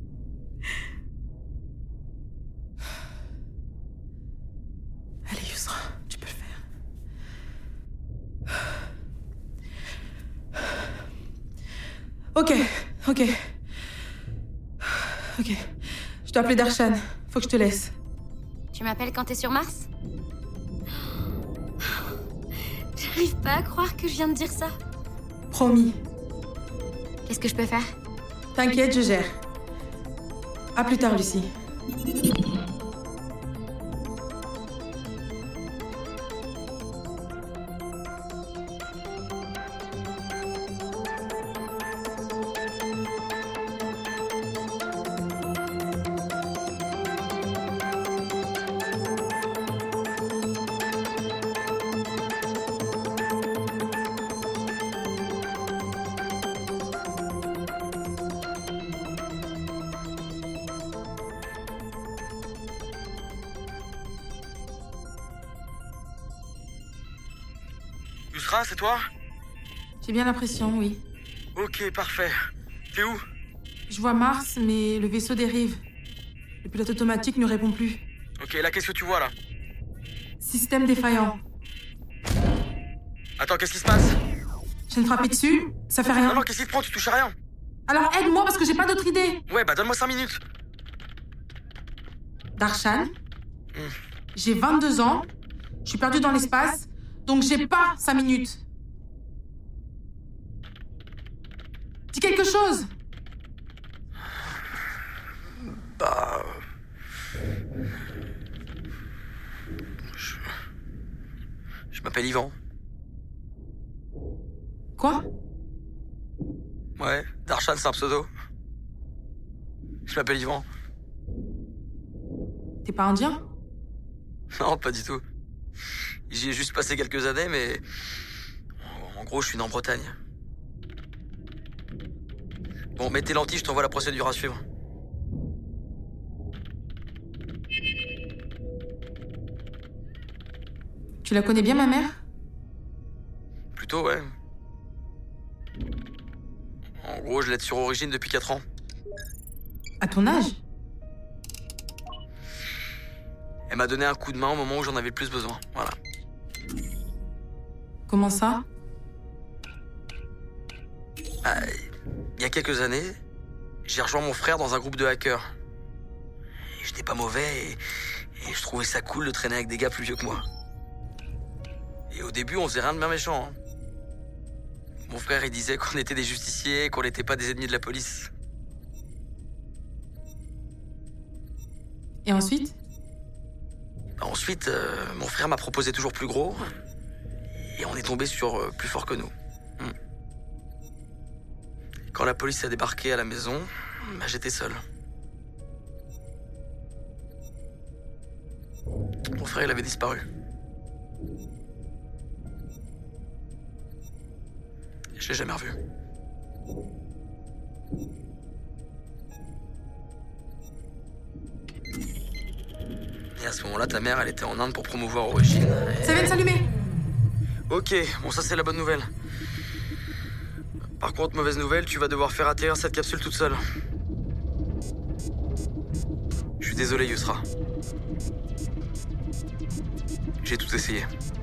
Allez, Yousra, tu peux le faire. Ok. Je dois appeler Darshan. Faut que je te laisse. Tu m'appelles quand t'es sur Mars? J'arrive pas à croire que je viens de dire ça. Promis. Qu'est-ce que je peux faire? T'inquiète, je gère. À plus tard, Lucie. Yousra, c'est toi? J'ai bien l'impression, oui. Ok, parfait. T'es où? Je vois Mars, mais le vaisseau dérive. Le pilote automatique ne répond plus. Ok, là, qu'est-ce que tu vois, là? Système défaillant. Attends, qu'est-ce qui se passe? Je viens de frapper dessus, ça fait rien. Non, qu'est-ce qui te prend? Tu touches à rien. Alors aide-moi parce que j'ai pas d'autre idée. Ouais, bah donne-moi 5 minutes. Darshan, j'ai 22 ans, je suis perdue dans l'espace, donc j'ai pas 5 minutes. Dis quelque chose. Bah... Je m'appelle Yvan. Quoi? Ouais, Darshan, c'est un pseudo. Je m'appelle Yvan. T'es pas indien? Non, pas du tout. J'y ai juste passé quelques années, mais... En gros, je suis né en Bretagne. Bon, mets tes lentilles, je t'envoie la procédure à suivre. Tu la connais bien, ma mère? Plutôt, ouais. En gros, je l'aide sur Origine depuis 4 ans. À ton âge? Elle m'a donné un coup de main au moment où j'en avais le plus besoin, voilà. Comment ça? Il y a quelques années, j'ai rejoint mon frère dans un groupe de hackers. J'étais pas mauvais et je trouvais ça cool de traîner avec des gars plus vieux que moi. Et au début, on faisait rien de bien méchant. Hein. Mon frère, il disait qu'on était des justiciers, qu'on n'était pas des ennemis de la police. Et ensuite? Ensuite, mon frère m'a proposé toujours plus gros. Et on est tombé sur plus fort que nous. Quand la police a débarqué à la maison, j'étais seul. Mon frère, il avait disparu. Je l'ai jamais revu. Et à ce moment-là, ta mère, elle était en Inde pour promouvoir Origine. Ça vient de s'allumer. Ok, bon ça c'est la bonne nouvelle. Par contre, mauvaise nouvelle, tu vas devoir faire atterrir cette capsule toute seule. Je suis désolé, Yusra. J'ai tout essayé.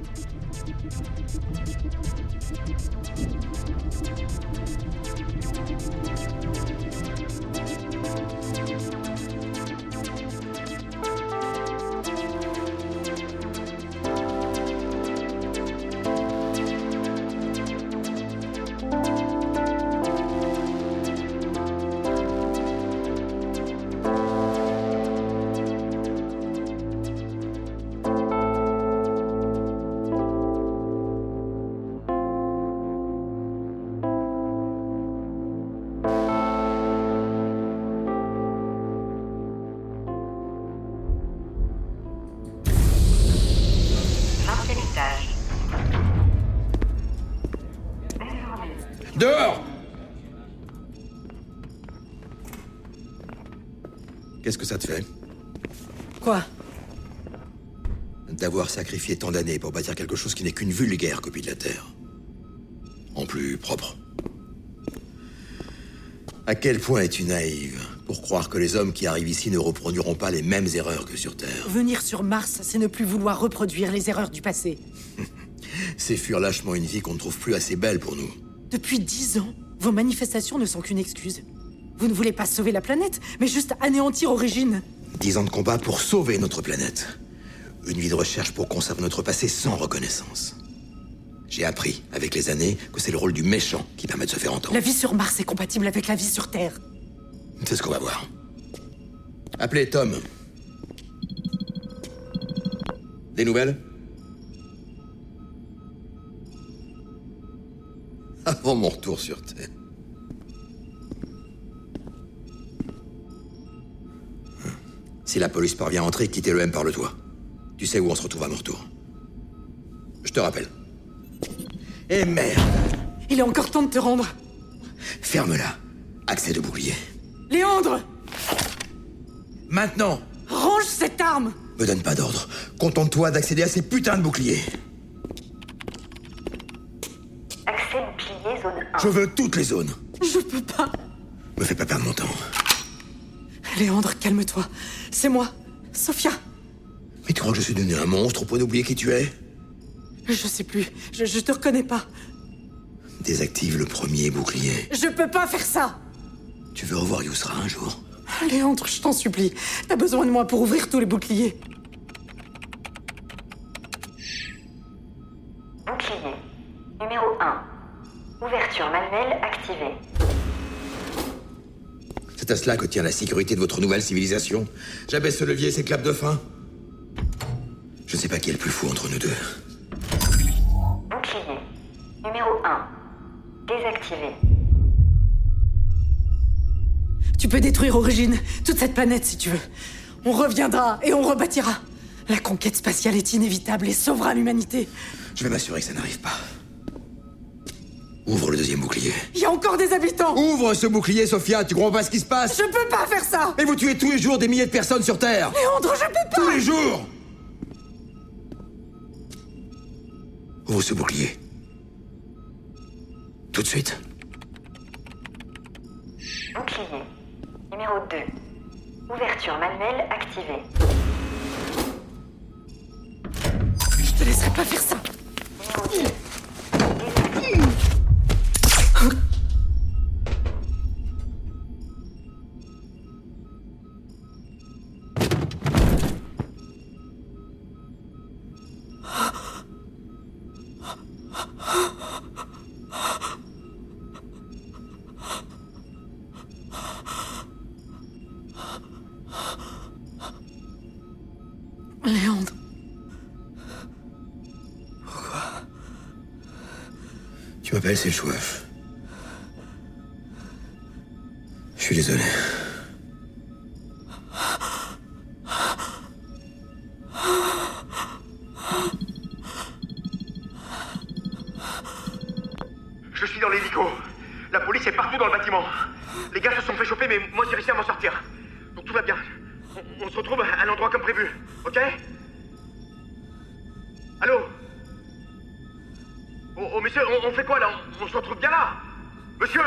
Dehors! Qu'est-ce que ça te fait? Quoi? D'avoir sacrifié tant d'années pour bâtir quelque chose qui n'est qu'une vulgaire copie de la Terre. En plus propre. À quel point es-tu naïve pour croire que les hommes qui arrivent ici ne reproduiront pas les mêmes erreurs que sur Terre? Venir sur Mars, c'est ne plus vouloir reproduire les erreurs du passé. C'est fuir lâchement une vie qu'on ne trouve plus assez belle pour nous. Depuis 10 ans, vos manifestations ne sont qu'une excuse. Vous ne voulez pas sauver la planète, mais juste anéantir Origine. 10 ans de combat pour sauver notre planète. Une vie de recherche pour conserver notre passé sans reconnaissance. J'ai appris, avec les années, que c'est le rôle du méchant qui permet de se faire entendre. La vie sur Mars est compatible avec la vie sur Terre. C'est ce qu'on va voir. Appelez Tom. Des nouvelles? Avant mon retour sur Terre. Si la police parvient à entrer, quittez le M par le toit. Tu sais où on se retrouve à mon retour. Je te rappelle. Eh merde! Il est encore temps de te rendre. Ferme-la. Accès de bouclier. Léandre! Maintenant! Range cette arme! Me donne pas d'ordre. Contente-toi d'accéder à ces putains de boucliers. Accès bouclier zone 1. Je veux toutes les zones. Je peux pas. Me fais pas perdre mon temps. Léandre, calme-toi. C'est moi, Sophia. Mais tu crois que je suis devenu un monstre au point d'oublier qui tu es? Je sais plus. Je te reconnais pas. Désactive le premier bouclier. Je peux pas faire ça. Tu veux revoir Yusra un jour? Léandre, je t'en supplie. T'as besoin de moi pour ouvrir tous les boucliers. Bouclier. Numéro 1. Ouverture manuelle activée. C'est à cela que tient la sécurité de votre nouvelle civilisation. J'abaisse ce levier, c'est clap de fin. Je sais pas qui est le plus fou entre nous deux. Bouclier. Numéro 1. Désactivé. Tu peux détruire Origine, toute cette planète si tu veux. On reviendra et on rebâtira. La conquête spatiale est inévitable et sauvera l'humanité. Je vais m'assurer que ça n'arrive pas. Ouvre le deuxième bouclier. Il y a encore des habitants. Ouvre ce bouclier, Sophia, tu comprends pas ce qui se passe? Je peux pas faire ça. Mais vous tuez tous les jours des milliers de personnes sur Terre. Léandre, je peux pas. Tous les jours. Ouvre ce bouclier. Tout de suite. Bouclier. Numéro 2. Ouverture manuelle activée. Je te laisserai pas faire ça. Léandre. Pourquoi? Tu m'appelles, c'est le chouaf. Je suis désolé. bâtiment. Les gars se sont fait choper, mais moi j'ai réussi à m'en sortir. Donc tout va bien. On se retrouve à l'endroit comme prévu, ok? Allô? Oh monsieur, on fait quoi là? On se retrouve bien là? Monsieur!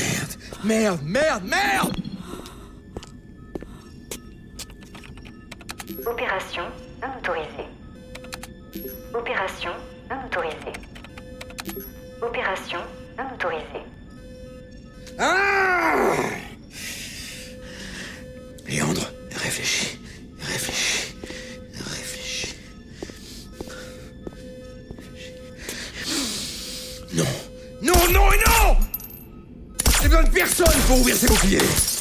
Merde! Opération non autorisée. Opération non autorisée. Opération non autorisée. Ah! Léandre, réfléchis. Non! J'ai besoin de personne pour ouvrir ces boucliers.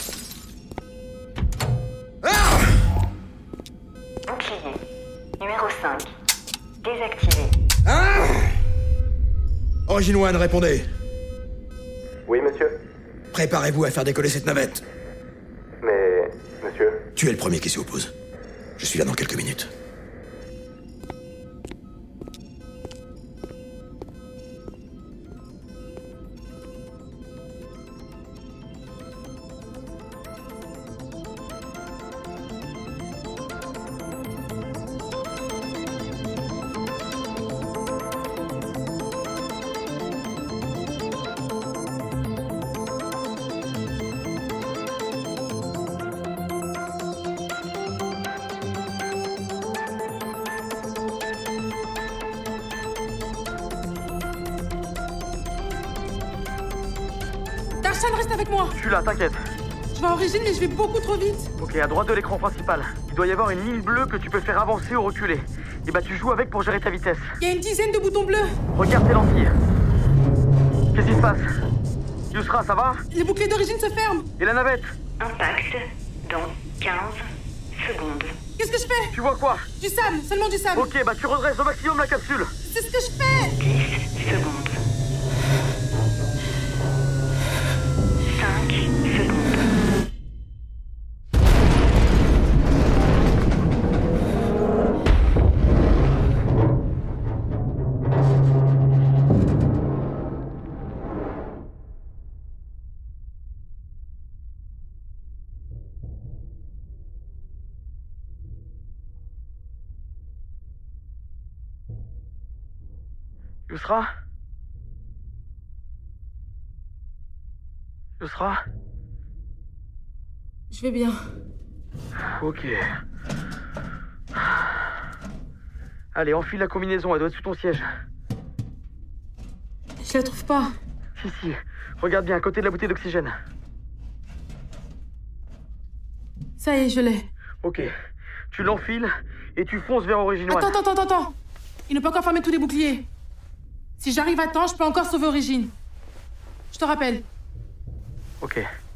Ah! Bouclier. Numéro 5. Désactivé. Ah! Origin One, répondez. Oui, monsieur. Préparez-vous à faire décoller cette navette. Mais... monsieur... Tu es le premier qui s'y oppose. Je suis là dans quelques minutes. Darshan, reste avec moi. Je suis là, t'inquiète. Je vais à Origine, mais je vais beaucoup trop vite. Ok, à droite de l'écran principal, il doit y avoir une ligne bleue que tu peux faire avancer ou reculer. Et bah tu joues avec pour gérer ta vitesse. Il y a une dizaine de boutons bleus. Regarde tes lentilles. Qu'est-ce qui se passe? Yusra, ça va? Les boucliers d'Origine se ferment. Et la navette? Impact dans 15 secondes. Qu'est-ce que je fais? Tu vois quoi? Du sable, seulement du sable. Ok, bah tu redresses au maximum la capsule. C'est ce que je fais. 10 secondes. 5 secondes. Yusra? Yusra? Je vais bien. Ok. Allez, enfile la combinaison, elle doit être sous ton siège. Je la trouve pas. Si, regarde bien, à côté de la bouteille d'oxygène. Ça y est, je l'ai. Ok. Tu l'enfiles et tu fonces vers Origin One. Attends. Il n'a pas encore fermé tous les boucliers. Si j'arrive à temps, je peux encore sauver Origine. Je te rappelle. Ok.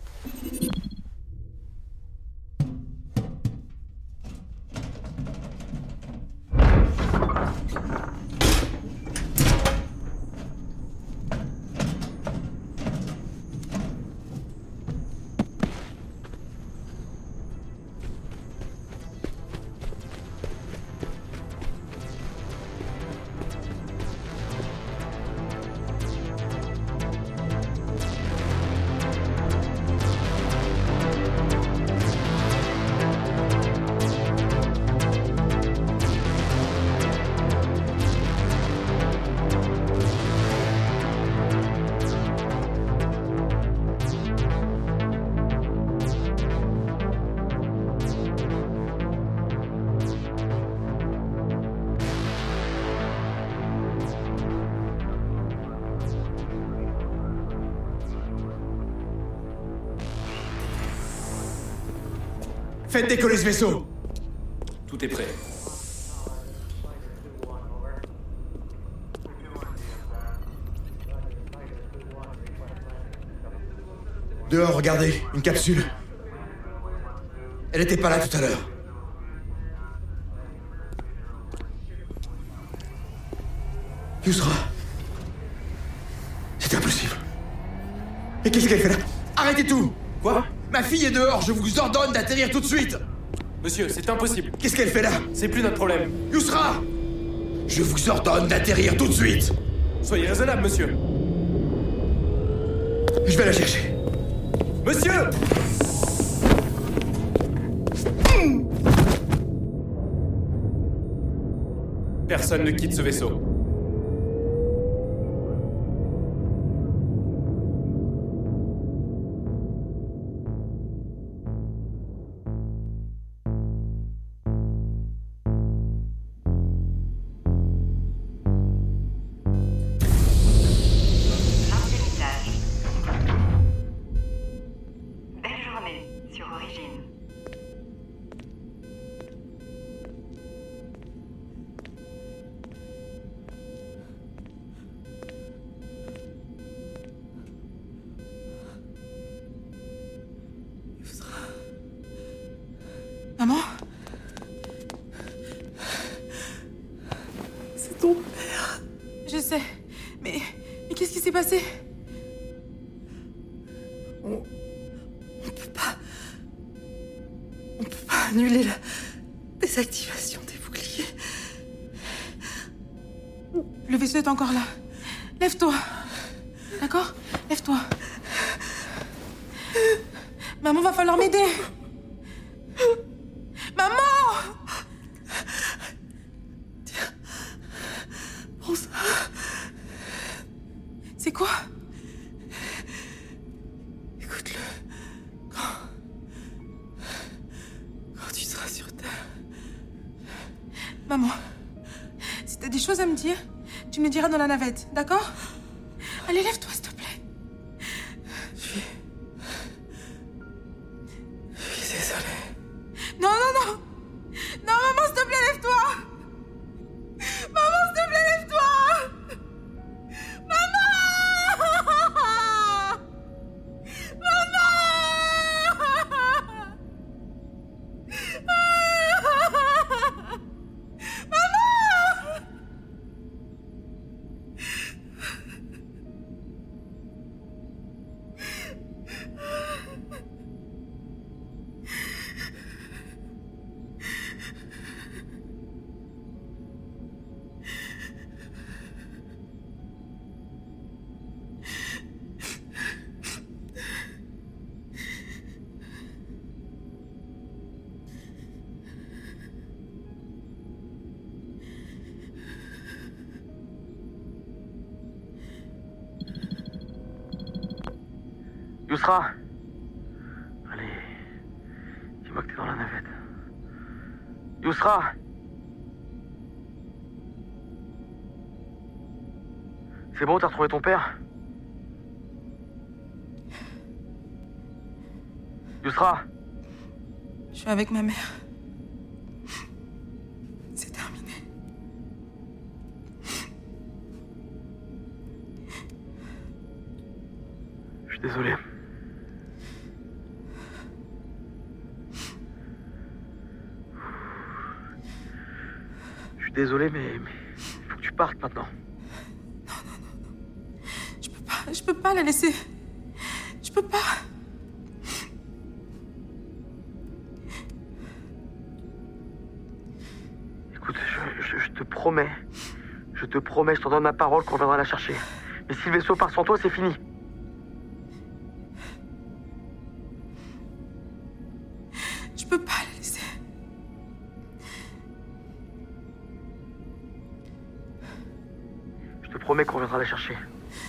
Faites décoller ce vaisseau. Tout est prêt. Dehors, regardez, une capsule. Elle était pas là tout à l'heure. Yusra. C'est impossible. Mais qu'est-ce qu'elle fait là? Arrêtez tout! Quoi? Ma fille est dehors, je vous ordonne d'atterrir tout de suite! Monsieur, c'est impossible. Qu'est-ce qu'elle fait là? C'est plus notre problème. Yusra! Je vous ordonne d'atterrir tout de suite! Soyez raisonnable, monsieur. Je vais la chercher. Monsieur! Personne ne quitte ce vaisseau. Belle journée sur Origine. Maman? C'est ton père. Je sais. Mais qu'est-ce qui s'est passé? On peut pas annuler la désactivation des boucliers. Le vaisseau est encore là. Lève-toi. D'accord? Lève-toi. Maman, va falloir m'aider. Maman! Tiens. Prends ça. C'est quoi? Écoute-le. Quand tu seras sur Terre. Maman, si t'as des choses à me dire, tu me les diras dans la navette, d'accord? Allez, lève-toi, s'il te plaît. Je suis désolé. Non, non, non! Non, maman, s'il te plaît, lève-toi! Maman, s'il te plaît, lève-toi! Maman! Yusra! Allez, dis-moi que t'es dans la navette. Yusra! C'est bon, t'as retrouvé ton père? Yusra! Je suis avec ma mère. C'est terminé. Je suis désolé. Je suis désolé, mais il faut que tu partes maintenant. Je peux pas la laisser. Je peux pas. Écoute, je te promets. Je te promets, je t'en donne ma parole qu'on viendra la chercher. Mais si le vaisseau part sans toi, c'est fini. Je peux pas la laisser. Je te promets qu'on viendra la chercher.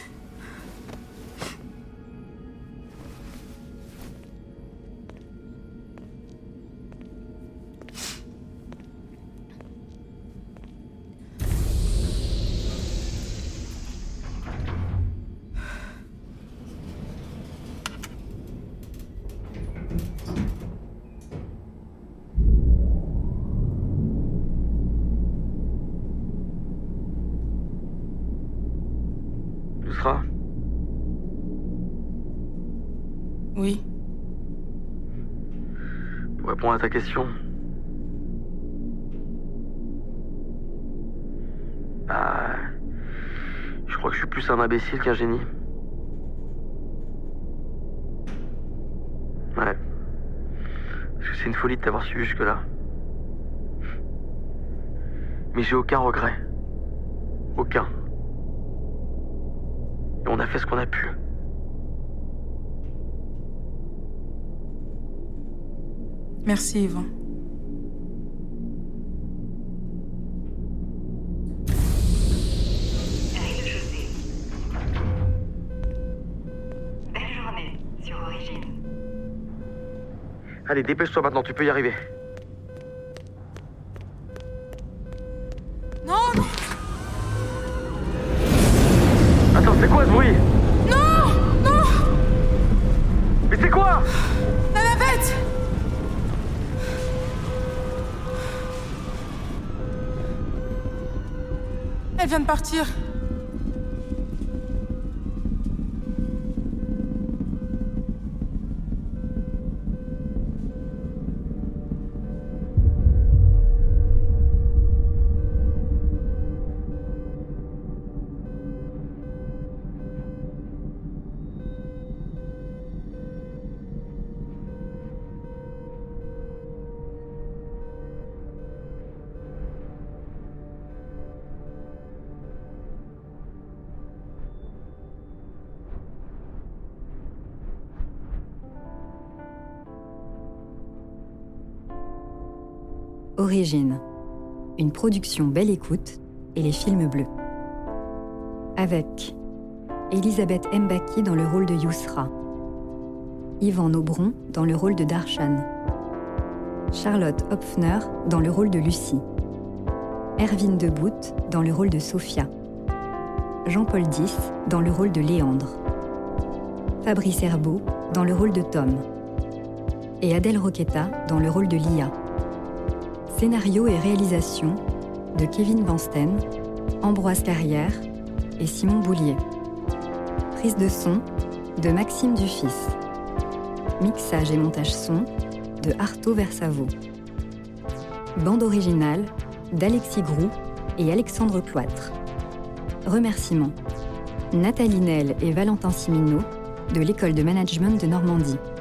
Yusra? Oui. Pour répondre à ta question. Je crois que je suis plus un imbécile qu'un génie. Ouais. Parce que c'est une folie de t'avoir suivi jusque-là. Mais j'ai aucun regret. Aucun. Et on a fait ce qu'on a pu. Merci, Yvan. Rez-de-chaussée. Belle journée sur Origine. Allez, dépêche-toi maintenant, tu peux y arriver. Non, non. Attends, c'est quoi ce bruit? Non, non. Mais c'est quoi? La navette. Elle vient de partir. Origine, une production Belle Écoute et les films bleus. Avec Elisabeth Mbaki dans le rôle de Yousra, Yvan Aubron dans le rôle de Darshan, Charlotte Hopfner dans le rôle de Lucie, Erwin Debout dans le rôle de Sophia, Jean-Paul Dys dans le rôle de Léandre, Fabrice Herbeau dans le rôle de Tom et Adèle Roqueta dans le rôle de Lia. Scénario et réalisation de Kevin Vansten, Ambroise Carrière et Simon Boulier. Prise de son de Maxime Dufis. Mixage et montage son de Arto Versavo. Bande originale d'Alexis Groux et Alexandre Cloître. Remerciements Nathalie Nel et Valentin Simino de l'École de Management de Normandie.